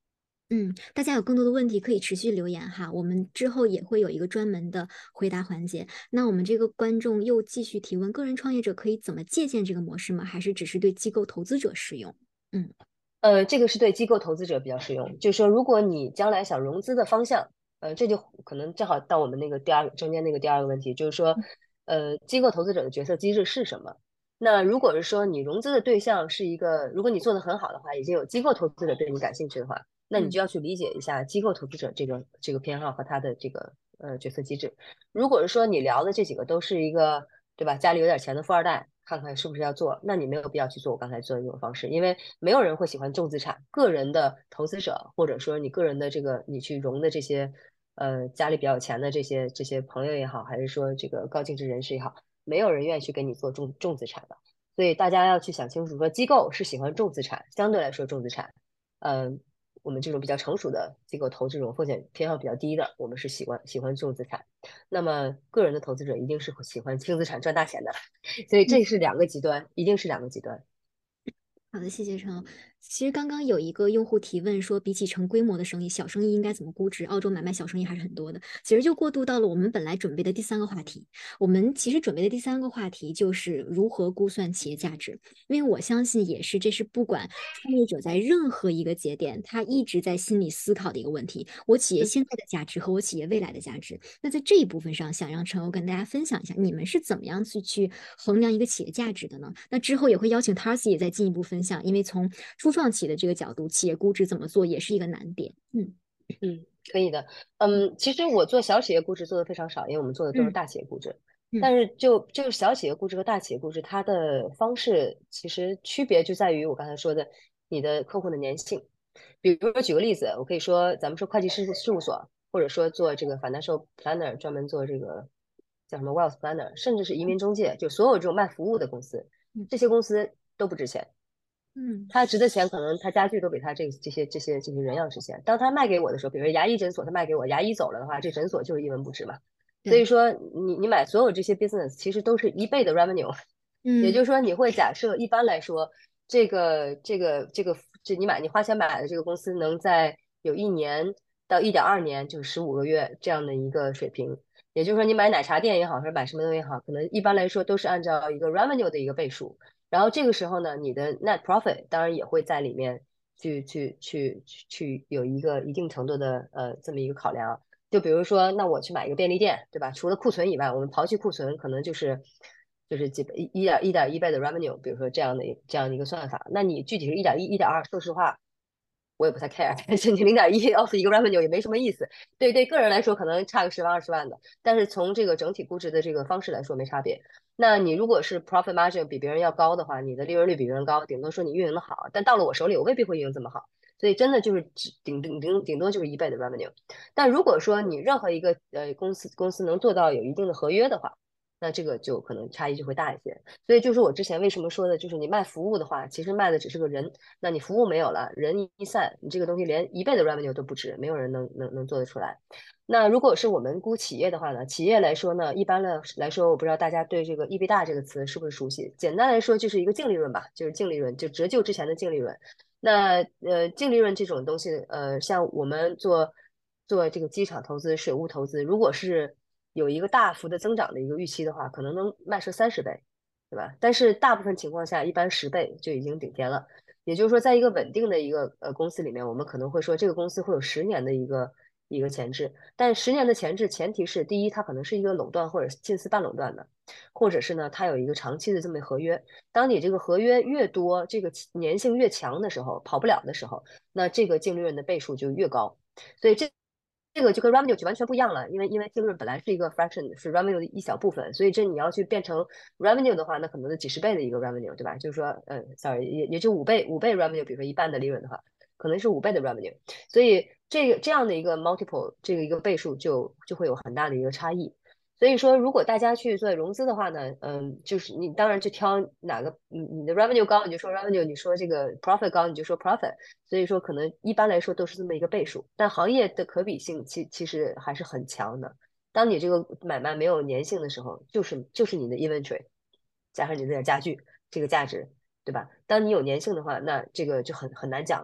C: 嗯，大家有更多的问题可以持续留言哈，我们之后也会有一个专门的回答环节。那我们这个观众又继续提问：个人创业者可以怎么借鉴这个模式吗？还是只是对机构投资者适用？嗯。
B: 呃，这个是对机构投资者比较适用，就是说，如果你将来想融资的方向，呃，这就可能正好到我们那个第二中间那个第二个问题，就是说，呃，机构投资者的决策机制是什么？那如果是说你融资的对象是一个，如果你做得很好的话，已经有机构投资者对你感兴趣的话，那你就要去理解一下机构投资者这个这个偏好和他的这个呃决策机制。如果是说你聊的这几个都是一个，对吧？家里有点钱的富二代，看看是不是要做，那你没有必要去做我刚才做的那种方式，因为没有人会喜欢重资产。个人的投资者，或者说你个人的这个你去融的这些，呃，家里比较有钱的这些这些朋友也好，还是说这个高净值人士也好，没有人愿意去给你做重重资产的。所以大家要去想清楚，说机构是喜欢重资产，相对来说重资产，嗯、我们这种比较成熟的机构投这种风险偏好比较低的，我们是喜欢喜欢重资产。那么个人的投资者一定是喜欢轻资产赚大钱的，所以这是两个极端，一定是两个极端。
C: 好的，谢谢陈欧。其实刚刚有一个用户提问说，比起成规模的生意，小生意应该怎么估值？澳洲买卖小生意还是很多的。其实就过渡到了我们本来准备的第三个话题。我们其实准备的第三个话题就是如何估算企业价值，因为我相信也是这是不管创业者在任何一个节点，他一直在心里思考的一个问题：我企业现在的价值和我企业未来的价值。那在这一部分上，想让陈欧跟大家分享一下，你们是怎么样去去衡量一个企业价值的呢？那之后也会邀请 Tarsi 也再进一步分享。因为从初创企业的这个角度，企业估值怎么做也是一个难点。嗯
B: 嗯，可以的。嗯，其实我做小企业估值做的非常少，因为我们做的都是大企业估值。
C: 嗯、
B: 但是就就是小企业估值和大企业估值，它的方式其实区别就在于我刚才说的，你的客户的粘性。比如说举个例子，我可以说咱们说会计师事务所，或者说做这个 financial planner，专门做这个叫什么 wealth planner，甚至是移民中介，就所有这种卖服务的公司，这些公司都不值钱。
C: 嗯，
B: 他值的钱，可能他家具都比他这这些这些这些人要值钱。当他卖给我的时候，比如说牙医诊所，他卖给我，牙医走了的话，这诊所就是一文不值嘛。所以说，你你买所有这些 business 其实都是一倍的 revenue，
C: 嗯，
B: 也就是说，你会假设一般来说，这个这个这个这你买你花钱买的这个公司能在有一年到一点二年，就是十五个月这样的一个水平。也就是说，你买奶茶店也好，还是买什么东西也好，可能一般来说都是按照一个 revenue 的一个倍数。然后这个时候呢，你的 net profit 当然也会在里面去去去去有一个一定程度的呃这么一个考量。就比如说，那我去买一个便利店，对吧？除了库存以外，我们刨去库存，可能就是就是几一一点一点一倍的 revenue，比如说这样的这样的一个算法。那你具体是一点一、一点二，说实话，我也不太 care，但是你零点一 off 一个 revenue 也没什么意思。对对，个人来说可能差个十万二十万的，但是从这个整体估值的这个方式来说没差别。那你如果是 profit margin 比别人要高的话，你的利润率比别人高，顶多说你运营的好，但到了我手里，我未必会运营这么好。所以真的就是顶顶顶顶多就是一倍的 revenue。但如果说你任何一个呃公司公司能做到有一定的合约的话，那这个就可能差异就会大一些。所以就是我之前为什么说的，就是你卖服务的话，其实卖的只是个人。那你服务没有了，人一散，你这个东西连一倍的 revenue 都不值，没有人能能能做得出来。那如果是我们估企业的话呢，企业来说呢，一般的来说，我不知道大家对这个 E B I T D A 这个词是不是熟悉？简单来说就是一个净利润吧，就是净利润，就折旧之前的净利润。那呃，净利润这种东西，呃，像我们做做这个机场投资、水务投资，如果是有一个大幅的增长的一个预期的话，可能能卖出三十倍，对吧？但是大部分情况下，一般十倍就已经顶天了。也就是说，在一个稳定的一个呃公司里面，我们可能会说这个公司会有十年的一个一个前置，但十年的前置前提是，第一，它可能是一个垄断或者近似半垄断的，或者是呢，它有一个长期的这么合约。当你这个合约越多，这个粘性越强的时候，跑不了的时候，那这个净利润的倍数就越高。所以这这个就跟 revenue 就完全不一样了，因为因为净利润本来是一个 fraction，是 revenue 的一小部分，所以这你要去变成 revenue 的话，那可能是几十倍的一个 revenue，对吧？就是说，呃，sorry，也也就五倍五倍 revenue，比如说一半的利润的话，可能是五倍的 revenue，所以这个这样的一个 multiple，这个一个倍数就就会有很大的一个差异。所以说，如果大家去做融资的话呢，嗯，就是你当然去挑哪个，你你的 revenue 高，你就说 revenue，你说这个 profit 高，你就说 profit。所以说，可能一般来说都是这么一个倍数，但行业的可比性其其实还是很强的。当你这个买卖没有粘性的时候，就是就是你的 inventory 加上你的家具这个价值，对吧？当你有粘性的话，那这个就很很难讲了。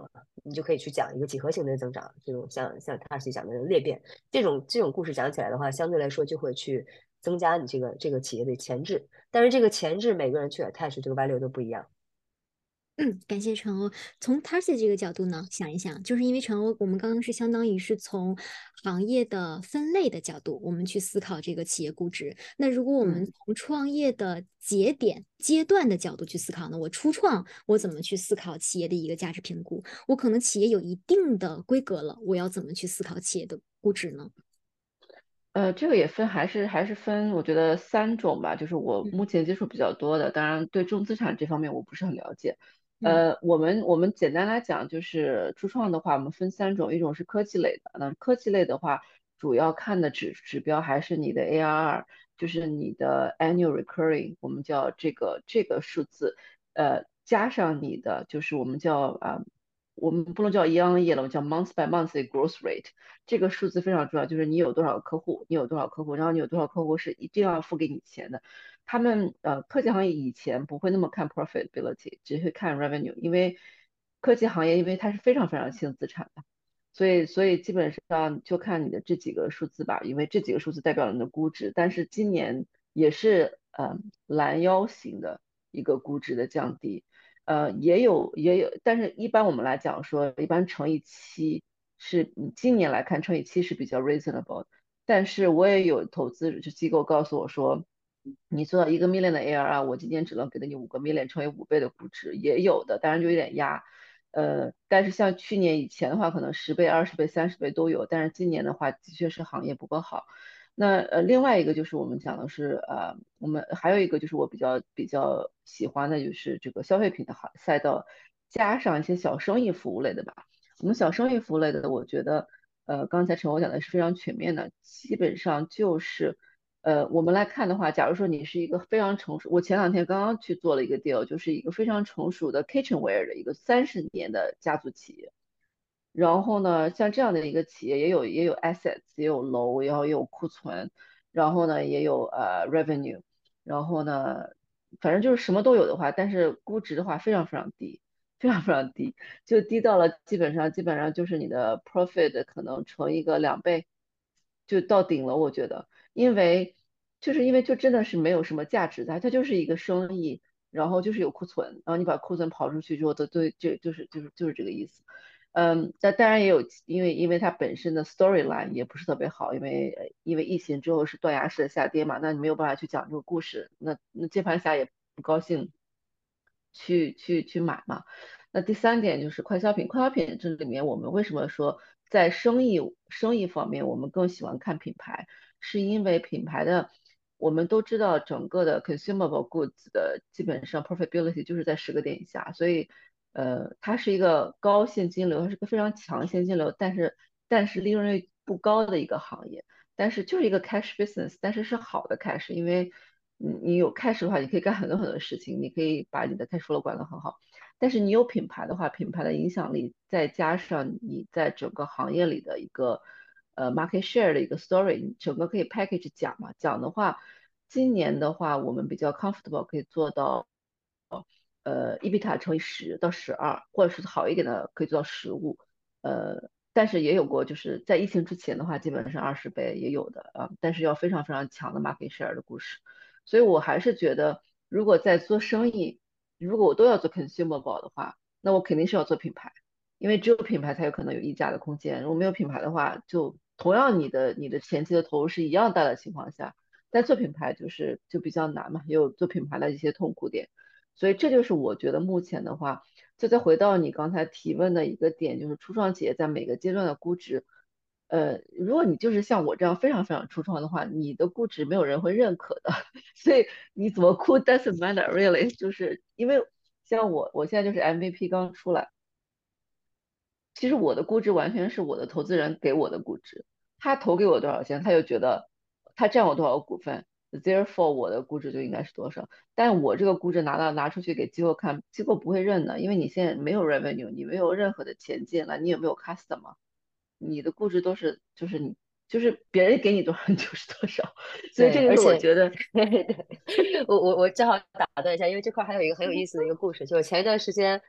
B: 你就可以去讲一个几何型的增长，这种像像他是讲的裂变，这种这种故事讲起来的话，相对来说就会去增加你这个这个企业的前置，但是这个前置每个人去 attach 这个 value 都不一样。
C: 嗯，感谢陈欧。从 Tarsi 这个角度呢，想一想，就是因为陈欧，我们刚刚是相当于是从行业的分类的角度，我们去思考这个企业估值。那如果我们
B: 嗯
C: 从创业的节点、阶段的角度去思考呢，我初创，我怎么去思考企业的一个价值评估？我可能企业有一定的规格了，我要怎么去思考企业的估值呢？
D: 呃，这个也分，还是还是分，我觉得三种吧，就是我
C: 嗯
D: 目前接触比较多的，当然对重资产这方面我不是很了解。
C: 嗯
D: 呃，我们我们简单来讲，就是初创的话，我们分三种，一种是科技类的，那科技类的话，主要看的指指标还是你的 A R R，就是你的 annual recurring，我们叫这个这个数字，呃，加上你的就是我们叫啊、我们不能叫 year on year 了，我们叫 month by month 的 growth rate。这个数字非常重要，就是你有多少个客户，你有多少客户，然后你有多少客户是一定要付给你钱的。他们呃，科技行业以前不会那么看 profitability，只会看 revenue，因为科技行业因为它是非常非常轻资产的，所以所以基本上就看你的这几个数字吧，因为这几个数字代表了你的估值。但是今年也是呃拦腰型的一个估值的降低。呃，也有也有，但是一般我们来讲说，一般乘以七是，嗯今年来看乘以七是比较 reasonable 的。但是我也有投资就机构告诉我说，你做到一个 million 的 A R R，我今年只能给了你五个 million，乘以五倍的估值，也有的，当然就有点压。呃，但是像去年以前的话，可能十倍、二十倍、三十倍都有，但是今年的话，的确是行业不够好。那呃，另外一个就是我们讲的是呃，我们还有一个就是我比较比较喜欢的就是这个消费品的行赛道，加上一些小生意服务类的吧。我们小生意服务类的，我觉得呃，刚才陈欧讲的是非常全面的，基本上就是呃，我们来看的话，假如说你是一个非常成熟，我前两天刚刚去做了一个 deal，就是一个非常成熟的 kitchenware 的一个三十年的家族企业。然后呢，像这样的一个企业也有也有 assets，也有楼，然后也有库存，然后呢也有呃 revenue，然后呢，反正就是什么都有的话，但是估值的话非常非常低，非常非常低，就低到了基本上基本上就是你的 profit 可能乘一个两倍，就到顶了，我觉得，因为就是因为就真的是没有什么价值的，它就是一个生意，然后就是有库存，然后你把库存跑出去之后，都都就就是就是就是这个意思。嗯，那当然也有，因为因为它本身的 storyline 也不是特别好，因为呃因为疫情之后是断崖式的下跌嘛，那你没有办法去讲这个故事，那那接盘侠也不高兴去去去买嘛。那第三点就是快消品，快消品这里面我们为什么说在生意生意方面我们更喜欢看品牌，是因为品牌的我们都知道整个的 consumable goods 的基本上 profitability 就是在十个点以下，所以呃它是一个高现金流，它是个非常强现金流，但是但是利润率不高的一个行业，但是就是一个 cash business，但是是好的 cash，因为你你有 cash 的话，你可以干很多很多事情，你可以把你的 cash flow 管得很好。但是你有品牌的话，品牌的影响力再加上你在整个行业里的一个呃 market share 的一个 story，你整个可以 package 讲嘛。讲的话，今年的话我们比较 comfortable 可以做到呃 E B I T D A 乘以十到十二，或者是好一点的可以做到十五。呃，但是也有过就是在疫情之前的话，基本上二十倍也有的啊，但是要非常非常强的 market share 的故事。所以我还是觉得，如果在做生意，如果我都要做 consumable 的话，那我肯定是要做品牌，因为只有品牌才有可能有溢价的空间。如果没有品牌的话，就同样你的你的前期的投入是一样大的情况下，但做品牌就是就比较难嘛，也有做品牌的一些痛苦点。所以这就是我觉得目前的话，就再回到你刚才提问的一个点，就是初创企业在每个阶段的估值。呃，如果你就是像我这样非常非常初创的话，你的估值没有人会认可的，所以你怎么哭 doesn't matter really，就是因为像我，我现在就是 M V P 刚出来，其实我的估值完全是我的投资人给我的估值，他投给我多少钱，他就觉得他占我多少股份，therefore 我的估值就应该是多少。但我这个估值拿到拿出去给机构看，机构不会认的，因为你现在没有 revenue，你没有任何的钱进来，你也没有 customer，你的估值都是就是你就是别人给你多少你就是多少，所以
B: 对，
D: 这个是我
B: 而且
D: 觉得。
B: 对，我我我正好打断一下，因为这块还有一个很有意思的一个故事，就是前一段时间，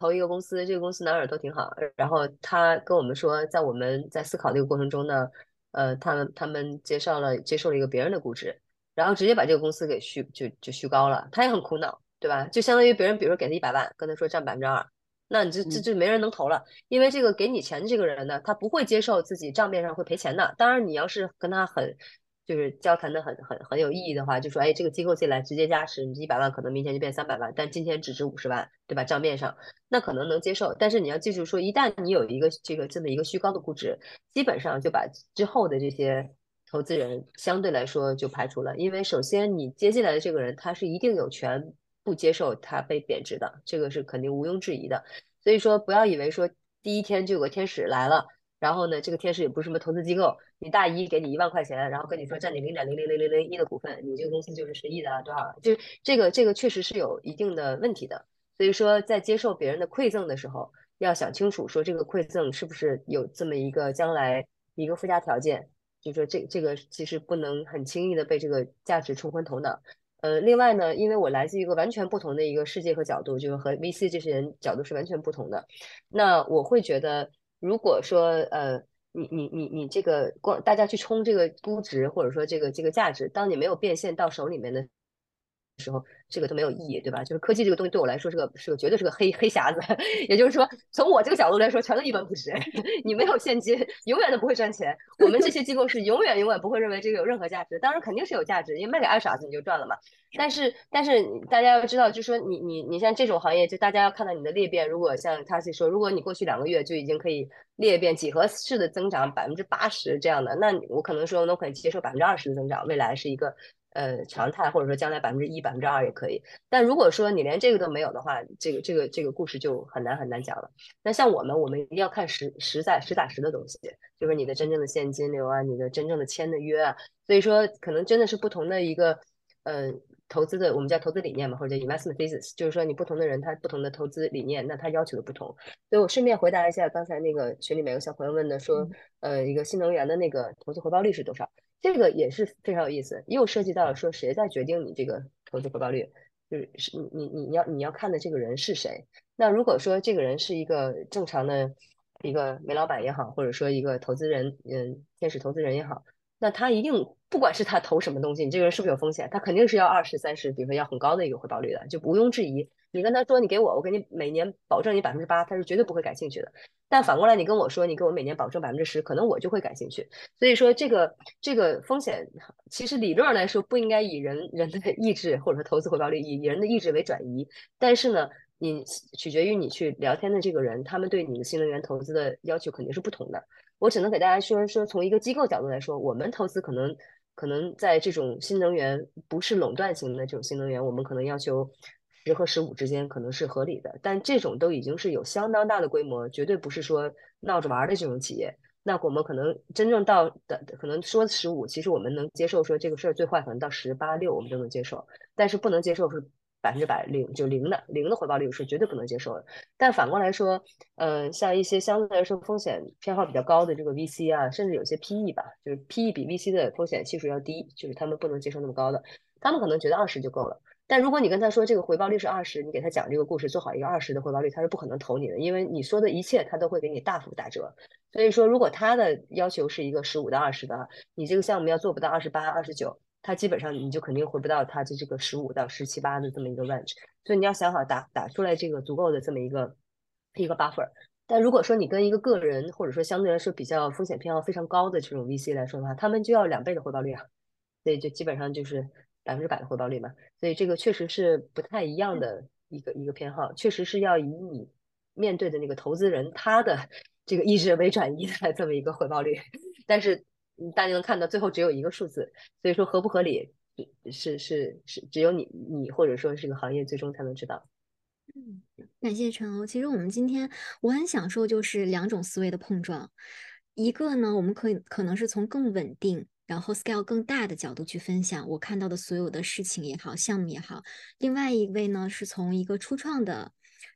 B: 投一个公司，这个公司哪哪都挺好，然后他跟我们说，在我们在思考这个过程中呢，呃，他们他们介绍了接受了一个别人的估值，然后直接把这个公司给虚就就虚高了，他也很苦恼，对吧？就相当于别人比如说给他一百万，跟他说占百分之二，那你这这这没人能投了，因为这个给你钱的这个人呢，他不会接受自己账面上会赔钱的。当然，你要是跟他很就是交谈的很很很有意义的话，就说哎，这个机构进来直接加十，你一百万可能明天就变三百万，但今天只值五十万，对吧？账面上那可能能接受，但是你要记住说，一旦你有一个这个这么一个虚高的估值，基本上就把之后的这些投资人相对来说就排除了，因为首先你接进来的这个人，他是一定有权不接受他被贬值的，这个是肯定毋庸置疑的。所以说，不要以为说第一天就有个天使来了。然后呢，这个天使也不是什么投资机构，你大一给你一万块钱，然后跟你说占你零点零零零零零一的股份，你这个公司就是十亿的多少？就这个这个确实是有一定的问题的。所以说，在接受别人的馈赠的时候，要想清楚说这个馈赠是不是有这么一个将来一个附加条件，就说这这个其实不能很轻易的被这个价值冲昏头脑。呃，另外呢，因为我来自一个完全不同的一个世界和角度，就是和 V C 这些人角度是完全不同的，那我会觉得。如果说呃，你你你你这个光大家去冲这个估值或者说这个这个价值，当你没有变现到手里面的时候，这个都没有意义，对吧？就是科技这个东西对我来说是个是个绝对是个黑黑匣子，也就是说，从我这个角度来说，全都一文不值。你没有现金，永远都不会赚钱。我们这些机构是永远永远不会认为这个有任何价值，当然肯定是有价值，因为卖给二傻子你就赚了嘛。但是但是大家要知道，就是说你你你像这种行业，就大家要看到你的裂变。如果像他是说，如果你过去两个月就已经可以裂变几何式的增长百分之八十这样的，那我可能说我可以接受百分之二十的增长，未来是一个呃常态，或者说将来百分之一、百分之二也可以。但如果说你连这个都没有的话，这个这个这个故事就很难很难讲了。那像我们，我们一定要看实实在实打实的东西，就是你的真正的现金流啊，你的真正的签的约啊。所以说，可能真的是不同的一个呃。投资的我们叫投资理念嘛，或者叫 investment thesis，就是说你不同的人他不同的投资理念，那他要求的不同。所以我顺便回答一下刚才那个群里面有小朋友问的说，呃，一个新能源的那个投资回报率是多少？这个也是非常有意思，又涉及到了说谁在决定你这个投资回报率，就是你你你你要你要看的这个人是谁。那如果说这个人是一个正常的一个煤老板也好，或者说一个投资人，嗯，天使投资人也好。那他一定不管是他投什么东西，你这个人是不是有风险，他肯定是要二十三十，比如说要很高的一个回报率的，就毋庸置疑。你跟他说你给我，我给你每年保证你百分之八，他是绝对不会感兴趣的。但反过来，你跟我说你给我每年保证百分之十，可能我就会感兴趣。所以说这个这个风险，其实理论上来说不应该以人人的意志或者说投资回报率以人的意志为转移，但是呢，你取决于你去聊天的这个人，他们对你的新能源投资的要求肯定是不同的。我只能给大家说说，从一个机构角度来说，我们投资可能可能在这种新能源不是垄断型的这种新能源，我们可能要求十和十五之间可能是合理的，但这种都已经是有相当大的规模，绝对不是说闹着玩的这种企业。那我们可能真正到的可能说十五，其实我们能接受说这个事儿最坏可能到十八六我们都能接受，但是不能接受是百分之百零就零的零的回报率是绝对不能接受的。但反过来说，嗯、呃，像一些相对来说风险偏好比较高的这个 V C 啊，甚至有些 P E 吧，就是 P E 比 V C 的风险系数要低，就是他们不能接受那么高的，他们可能觉得二十就够了。但如果你跟他说这个回报率是二十，你给他讲这个故事，做好一个二十的回报率，他是不可能投你的，因为你说的一切他都会给你大幅打折。所以说，如果他的要求是一个十五到二十的，你这个项目要做不到二十八、二十九，他基本上你就肯定回不到他的这个十五到十七八的这么一个 range。所以你要想好打打出来这个足够的这么一个一个 buffer。但如果说你跟一个个人或者说相对来说比较风险偏好非常高的这种 V C 来说的话，他们就要两倍的回报率啊，所以就基本上就是百分之百的回报率嘛。所以这个确实是不太一样的一个一个偏好，确实是要以你面对的那个投资人他的这个意志为转移的这么一个回报率。但是大家能看到最后只有一个数字，所以说合不合理是是是只有你你或者说这个行业最终才能知道。
C: 嗯，感谢陈欧。其实我们今天我很享受就是两种思维的碰撞，一个呢，我们可以可能是从更稳定，然后 scale 更大的角度去分享我看到的所有的事情也好，项目也好；另外一位呢，是从一个初创的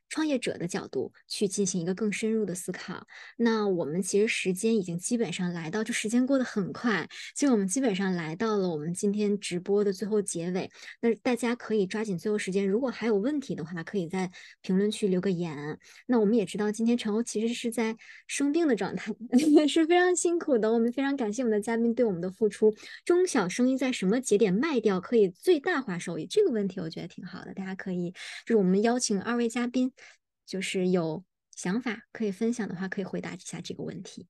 C: 创业者的角度去进行一个更深入的思考。那我们其实时间已经基本上来到，就时间过得很快，就我们基本上来到了我们今天直播的最后结尾。那大家可以抓紧最后时间，如果还有问题的话，可以在评论区留个言。那我们也知道今天陈欧其实是在生病的状态，是非常辛苦的。我们非常感谢我们的嘉宾对我们的付出。中小生意在什么节点卖掉可以最大化收益？这个问题我觉得挺好的，大家可以就是我们邀请二位嘉宾，就是有想法可以分享的话，可以回答一下这个问题。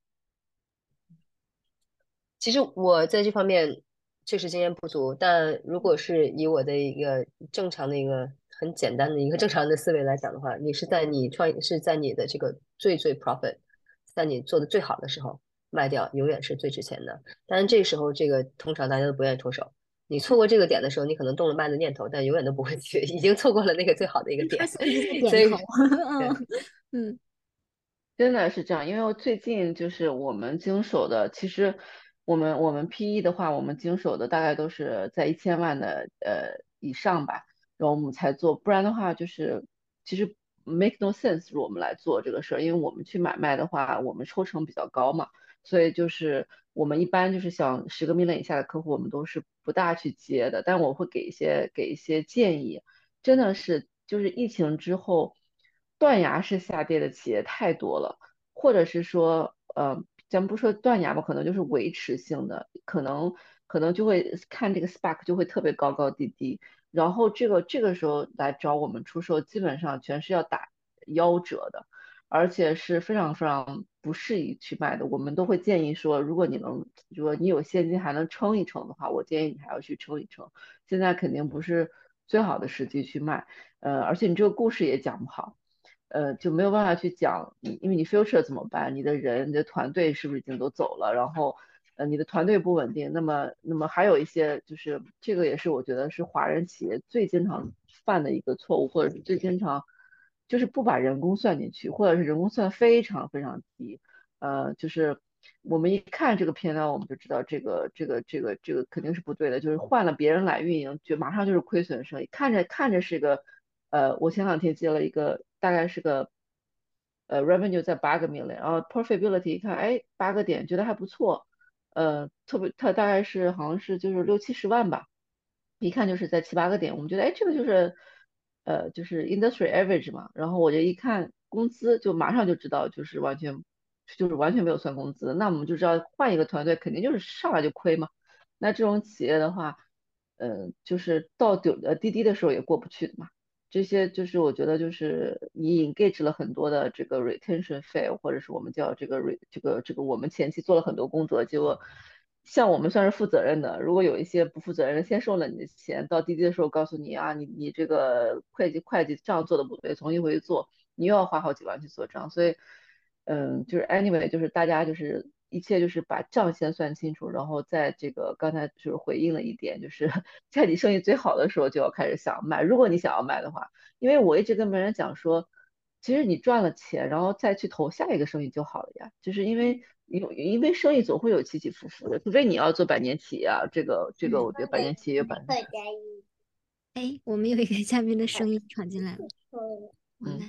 B: 其实我在这方面确实经验不足，但如果是以我的一个正常的一个很简单的一个正常的思维来讲的话，你是在你创业是在你的这个最最 profit，在你做的最好的时候卖掉，永远是最值钱的。当然这时候这个通常大家都不愿意脱手。你错过这个点的时候，你可能动了卖的念头，但永远都不会去，已经错过了那个最好的一个点。
C: 一直在
B: 所以，
C: 点头。嗯嗯。
D: 真的是这样，因为最近就是我们经手的，其实我们我们 P E 的话，我们经手的大概都是在一千万的呃以上吧，然后我们才做，不然的话就是其实 make no sense 如果我们来做这个事儿，因为我们去买卖的话，我们抽成比较高嘛，所以就是我们一般就是像十个 million 以下的客户，我们都是不大去接的，但我会给一些给一些建议，真的是就是疫情之后。断崖式下跌的企业太多了，或者是说，呃，咱们不说断崖吧，可能就是维持性的，可能可能就会看这个 S P A C 就会特别高高低低，然后这个这个时候来找我们出售，基本上全是要打夭折的，而且是非常非常不适宜去卖的。我们都会建议说，如果你能，如果你有现金还能撑一撑的话，我建议你还要去撑一撑。现在肯定不是最好的时机去卖，呃，而且你这个故事也讲不好。呃，就没有办法去讲你，因为你 future 怎么办？你的人、你的团队是不是已经都走了？然后，呃，你的团队不稳定，那么，那么还有一些就是这个也是我觉得是华人企业最经常犯的一个错误，或者是最经常就是不把人工算进去，或者是人工算非常非常低。呃，就是我们一看这个片段，我们就知道这个这个这个这个肯定是不对的，就是换了别人来运营，就马上就是亏损生意，看着看着是个。呃，我前两天接了一个，大概是个，呃，revenue 在八个 million，然后 profitability 一看，哎，八个点，觉得还不错，呃，特别，它大概是好像是就是六七十万吧，一看就是在七八个点，我们觉得，哎，这个就是，呃，就是 industry average 嘛，然后我就一看工资，就马上就知道，就是完全，就是完全没有算工资，那我们就知道换一个团队肯定就是上来就亏嘛，那这种企业的话，呃，就是到丢呃滴滴的时候也过不去的嘛。这些就是我觉得就是你 engage 了很多的这个 retention 费，或者是我们叫这个 re 这个这个我们前期做了很多工作，结果像我们算是负责任的，如果有一些不负责任的先收了你的钱，到滴滴的时候告诉你啊，你你这个会计会计账做的不对，重新回去做，你又要花好几万去做账，所以嗯，就是 anyway，就是大家就是一切就是把账先算清楚，然后在这个刚才就是回应了一点，就是在你生意最好的时候就要开始想卖，如果你想要卖的话，因为我一直跟别人讲说，其实你赚了钱，然后再去投下一个生意就好了呀，就是因为有因为生意总会有起起伏伏的，除非你要做百年企业啊，这个这个我觉得百年企业有百分之。
C: 哎，我们有一个嘉宾的声音闯进来了，我
D: 嗯。
C: 来，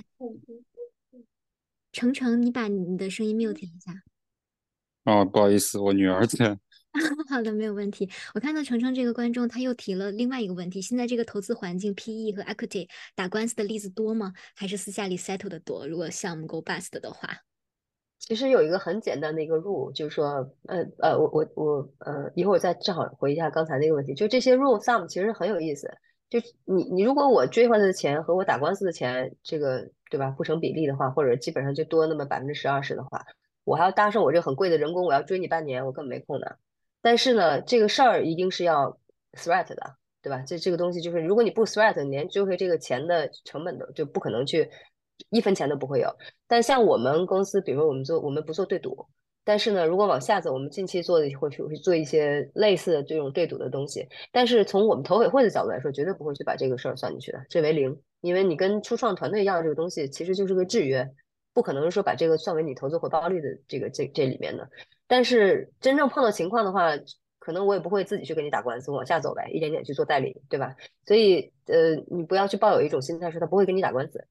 C: 程程，你把你的声音 mute 一下。
E: 哦，不好意思，我女儿在。
C: 好的，没有问题。我看到程程这个观众他又提了另外一个问题：现在这个投资环境 P E 和 equity 打官司的例子多吗？还是私下里 settle 的多？如果项目 go bust 的话，
B: 其实有一个很简单的一个 rule，就是说，呃呃，我我我呃，一会儿我再正好回一下刚才那个问题，就这些 rule sum 其实很有意思。就你你如果我追回来的钱和我打官司的钱，这个对吧，不成比例的话，或者基本上就多那么百分之十二十的话，我还要搭上我这个很贵的人工，我要追你半年，我根本没空的。但是呢，这个事儿一定是要 threat 的，对吧？这这个东西就是，如果你不 threat，你连追回这个钱的成本都就不可能去，一分钱都不会有。但像我们公司，比如我们做，我们不做对赌，但是呢，如果往下走，我们近期做的会去会做一些类似的这种对赌的东西。但是从我们投委会的角度来说，绝对不会去把这个事儿算进去的，这为零，因为你跟初创团队要这个东西，其实就是个制约，不可能说把这个算为你投资回报率的这个这这里面的。但是真正碰到情况的话，可能我也不会自己去跟你打官司，往下走呗，一点点去做代理，对吧？所以呃，你不要去抱有一种心态，说他不会跟你打官司。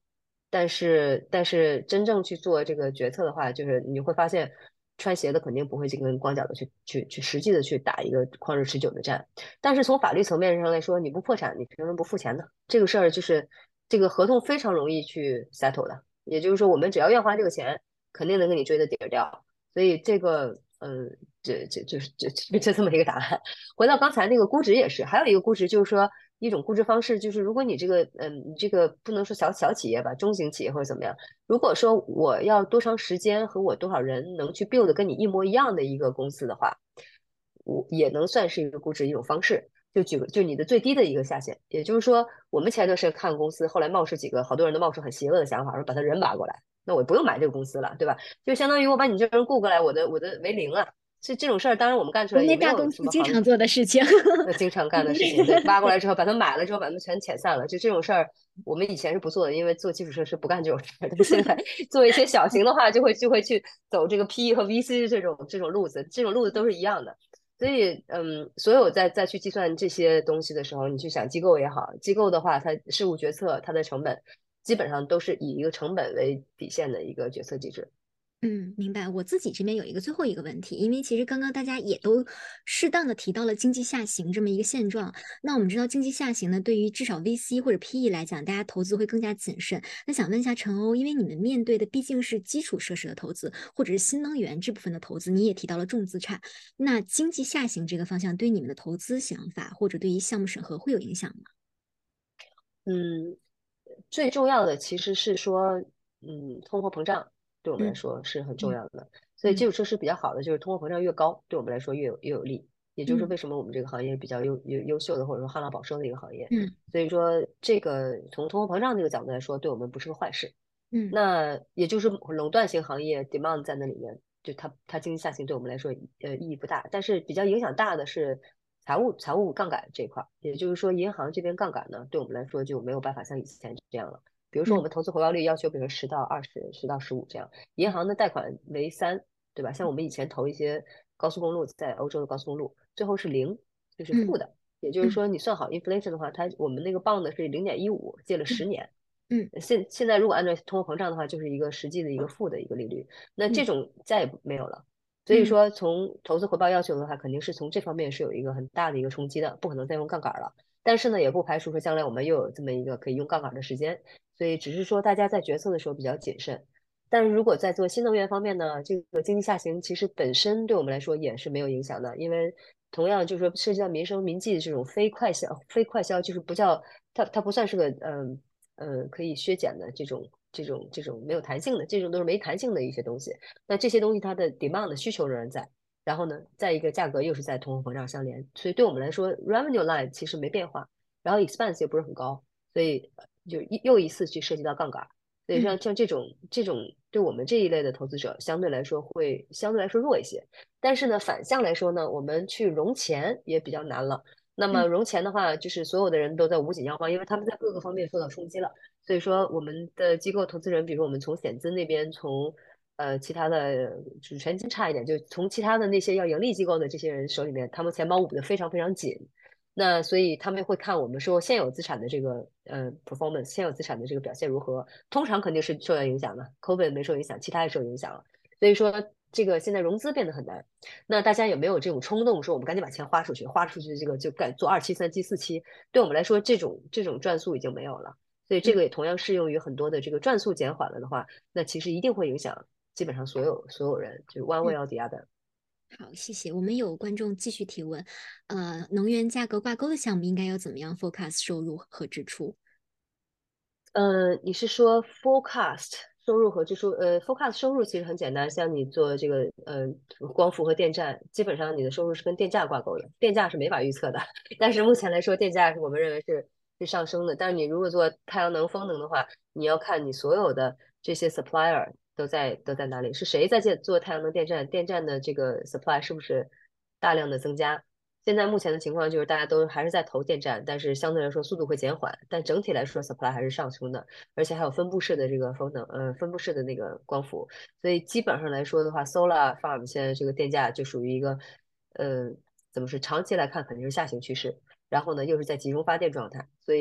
B: 但是但是真正去做这个决策的话，就是你会发现穿鞋的肯定不会去跟光脚的去去去实际的去打一个旷日持久的战。但是从法律层面上来说，你不破产，你凭什么不付钱呢？这个事儿就是这个合同非常容易去 settle 的，也就是说我们只要愿花这个钱，肯定能给你追的底儿掉。所以这个嗯，这这就是就就就这么一个答案。回到刚才那个估值也是，还有一个估值就是说一种估值方式，就是如果你这个嗯，你这个不能说小小企业吧，中型企业或者怎么样，如果说我要多长时间和我多少人能去 build 跟你一模一样的一个公司的话，我也能算是一个估值一种方式。就举个就你的最低的一个下限，也就是说，我们前一段时间看公司，后来冒出几个好多人都冒出很邪恶的想法，说把他人挖过来，那我不用买这个公司了，对吧？就相当于我把你这个人雇过来，我的我的为零了。这这种事儿，当然我们干出来也没有
C: 国内大公
B: 什么行
C: 司经常做的事情。
B: 呃经常干的事情。对，挖过来之后把它买了之后把它们全遣散了，就这种事儿，我们以前是不做的，因为做基础设施不干这种事儿。但现在做一些小型的话，就会就会去走这个 P E 和 V C 这种这种路子，这种路子都是一样的。所以，嗯，所有在再去计算这些东西的时候，你去想机构也好，机构的话，它事务决策它的成本基本上都是以一个成本为底线的一个决策机制。
C: 嗯，明白。我自己这边有一个最后一个问题，因为其实刚刚大家也都适当的提到了经济下行这么一个现状。那我们知道经济下行呢，对于至少 V C 或者 P E 来讲，大家投资会更加谨慎。那想问一下陈欧，因为你们面对的毕竟是基础设施的投资，或者是新能源这部分的投资，你也提到了重资产，那经济下行这个方向对你们的投资想法或者对于项目审核会有影响吗？
B: 嗯，最重要的其实是说，嗯，通货膨胀对我们来
C: 嗯
B: 说是很重
C: 嗯
B: 要的。所以基
C: 嗯
B: 础设施比较好的，就是通货膨胀越高，对我们来说越有越有利。也就是
C: 嗯
B: 为什么我们这个行业比较优优优秀的，或者说旱涝保收的一个行业。
C: 嗯
B: 所以说，这个从通货膨胀这个角度来说，对我们不是个坏事。
C: 嗯
B: 那也就是垄断型行业 demand 在那里面，就它它经济下行对我们来说呃意义不大，但是比较影响大的是财务财务杠杆这一块，也就是说银行这边杠杆呢对我们来说就没有办法像以前这样了。比如说我
C: 嗯
B: 们投资回报率要求，比如说十到二十、十到十五这样，银行的贷款为三，对吧？像我们以前投一些高速公路，在欧洲的高速公路，最后是零，就是负
C: 嗯
B: 的。也就是
C: 嗯
B: 说，你算好 inflation 的话，它我们那个 bond 是零点一五，借了十
C: 嗯
B: 年。
C: 嗯
B: 现现在如果按照通货膨胀的话，就是一个实际的一个负的一个利率，那这
C: 嗯
B: 种再也没有了。所以
C: 嗯
B: 说，从投资回报要求的话，肯定是从这方面是有一个很大的一个冲击的，不可能再用杠杆了。但是呢，也不排除说将来我们又有这么一个可以用杠杆的时间，所以只是说大家在决策的时候比较谨慎。但是如果在做新能源方面呢，这个经济下行其实本身对我们来说也是没有影响的，因为同样就是说涉及到民生民计的这种非快销，非快销就是不叫它它不算是个嗯呃可以削减的这种这种这种没有弹性的，这种都是没弹性的一些东西。那这些东西它的 demand 的需求仍然在，然后呢，再一个价格又是在通货膨胀相连，所以对我们来说 revenue line 其实没变化，然后 expense 也不是很高，所以就又一次去涉及到杠杆。所以像像这种这种对我们这一类的投资者相对来说会相对来说弱一些，但是呢，反向来说呢，我们去融钱也比较难了。那么融钱的话，就是所有的人都在捂紧腰包，因为他们在各个方面受到冲击了。所以说，我们的机构投资人，比如我们从险资那边，从呃其他的主权金差一点，就从其他的那些要盈利机构的这些人手里面，他们钱包捂得非常非常紧。那所以他们会看我们说现有资产的这个呃 performance，现有资产的这个表现如何，通常肯定是受到影响的，COVID 没受影响，其他也受影响了。所以说这个现在融资变得很难，那大家有没有这种冲动，说我们赶紧把钱花出去，花出去这个就干做二期、三期、四期？对我们来说，这种这种转速已经没有了。所以这个也同样适用于很多的这个转速减缓了的话，那其实一定会影响基本上所有所有人，就是 one way or the other。
C: 好，谢谢。我们有观众继续提问，呃，能源价格挂钩的项目应该要怎么样 forecast 收入和支出？
B: 呃，你是说 forecast 收入和支出？呃，forecast 收入其实很简单，像你做这个呃光伏和电站，基本上你的收入是跟电价挂钩的，电价是没法预测的。但是目前来说，电价是我们认为是是上升的。但是你如果做太阳能、风能的话，你要看你所有的这些 supplier 都在都在哪里，是谁在建做太阳能电站，电站的这个 supply 是不是大量的增加？现在目前的情况就是大家都还是在投电站，但是相对来说速度会减缓，但整体来说 supply 还是上升的，而且还有分布式的这个风能，呃，分布式的那个光伏，所以基本上来说的话，solar farm 现在这个电价就属于一个，呃，怎么是长期来看肯定是下行趋势，然后呢又是在集中发电状态，所以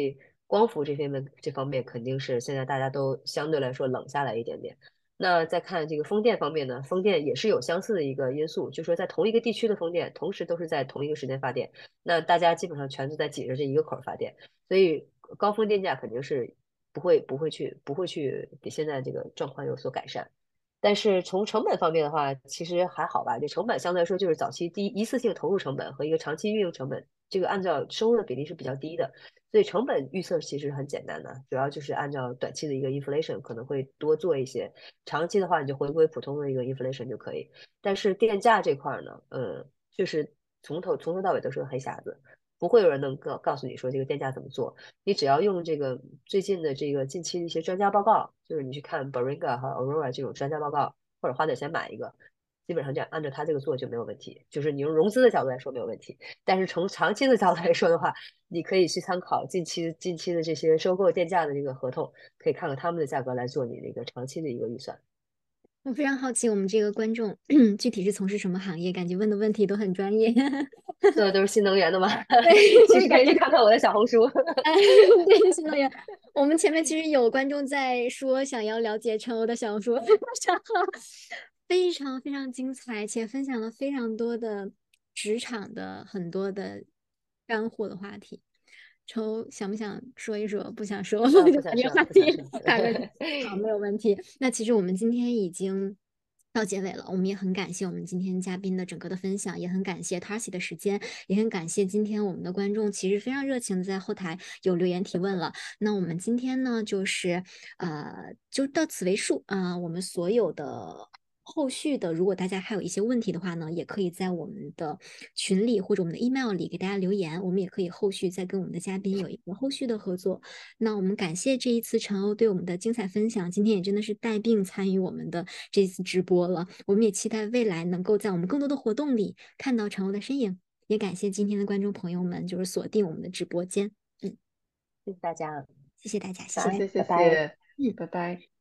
B: 光伏这方面这方面肯定是现在大家都相对来说冷下来一点点。那再看这个风电方面呢，风电也是有相似的一个因素，就是说在同一个地区的风电，同时都是在同一个时间发电，那大家基本上全都在挤着这一个口发电，所以高峰电价肯定是不会不会去不会去比现在这个状况有所改善。但是从成本方面的话，其实还好吧。这成本相对来说就是早期第一一次性投入成本和一个长期运营成本，这个按照收入的比例是比较低的，所以成本预测其实很简单的，主要就是按照短期的一个 inflation 可能会多做一些，长期的话你就回归普通的一个 inflation 就可以。但是电价这块呢，呃，就是从头从头到尾都是个黑匣子，不会有人能告告诉你说这个电价怎么做。你只要用这个最近的这个近期的一些专家报告，就是你去看 Baringa 和 Aurora 这种专家报告，或者花点钱买一个，基本上这样按照他这个做就没有问题。就是你用融资的角度来说没有问题，但是从长期的角度来说的话，你可以去参考近期近期的这些收购电价的这个合同，可以看看他们的价格来做你那个长期的一个预算。
C: 我非常好奇，我们这个观众具体是从事什么行业？感觉问的问题都很专业。
B: 做的都是新能源的嘛，
C: 对，
B: 其实可以去看看我的小红书。
C: 对，新能源。我们前面其实有观众在说想要了解陈欧的小红书，非常非常精彩，且分享了非常多的职场的很多的干货的话题。陈欧想不想说一说？不想说，
B: 呃，
C: 就
B: 不想说，
C: 把这个话
B: 不想
C: 题
B: 说。
C: 卡个住。好，没有问题。那其实我们今天已经到结尾了，我们也很感谢我们今天嘉宾的整个的分享，也很感谢 Tarsi 的时间，也很感谢今天我们的观众其实非常热情的在后台有留言提问了。那我们今天呢，就是呃，就到此为数啊、呃我们所有的。后续的，如果大家还有一些问题的话呢，也可以在我们的群里或者我们的 email 里给大家留言，我们也可以后续再跟我们的嘉宾有一个后续的合作。那我们感谢这一次陈欧对我们的精彩分享，今天也真的是带病参与我们的这次直播了。我们也期待未来能够在我们更多的活动里看到陈欧的身影。也感谢今天的观众朋友们，就是锁定我们的直播间。嗯，
B: 谢谢大家，
C: 谢谢大家，谢谢，
D: 谢谢谢
B: 拜拜。
D: 谢，
C: 嗯。
D: 拜拜。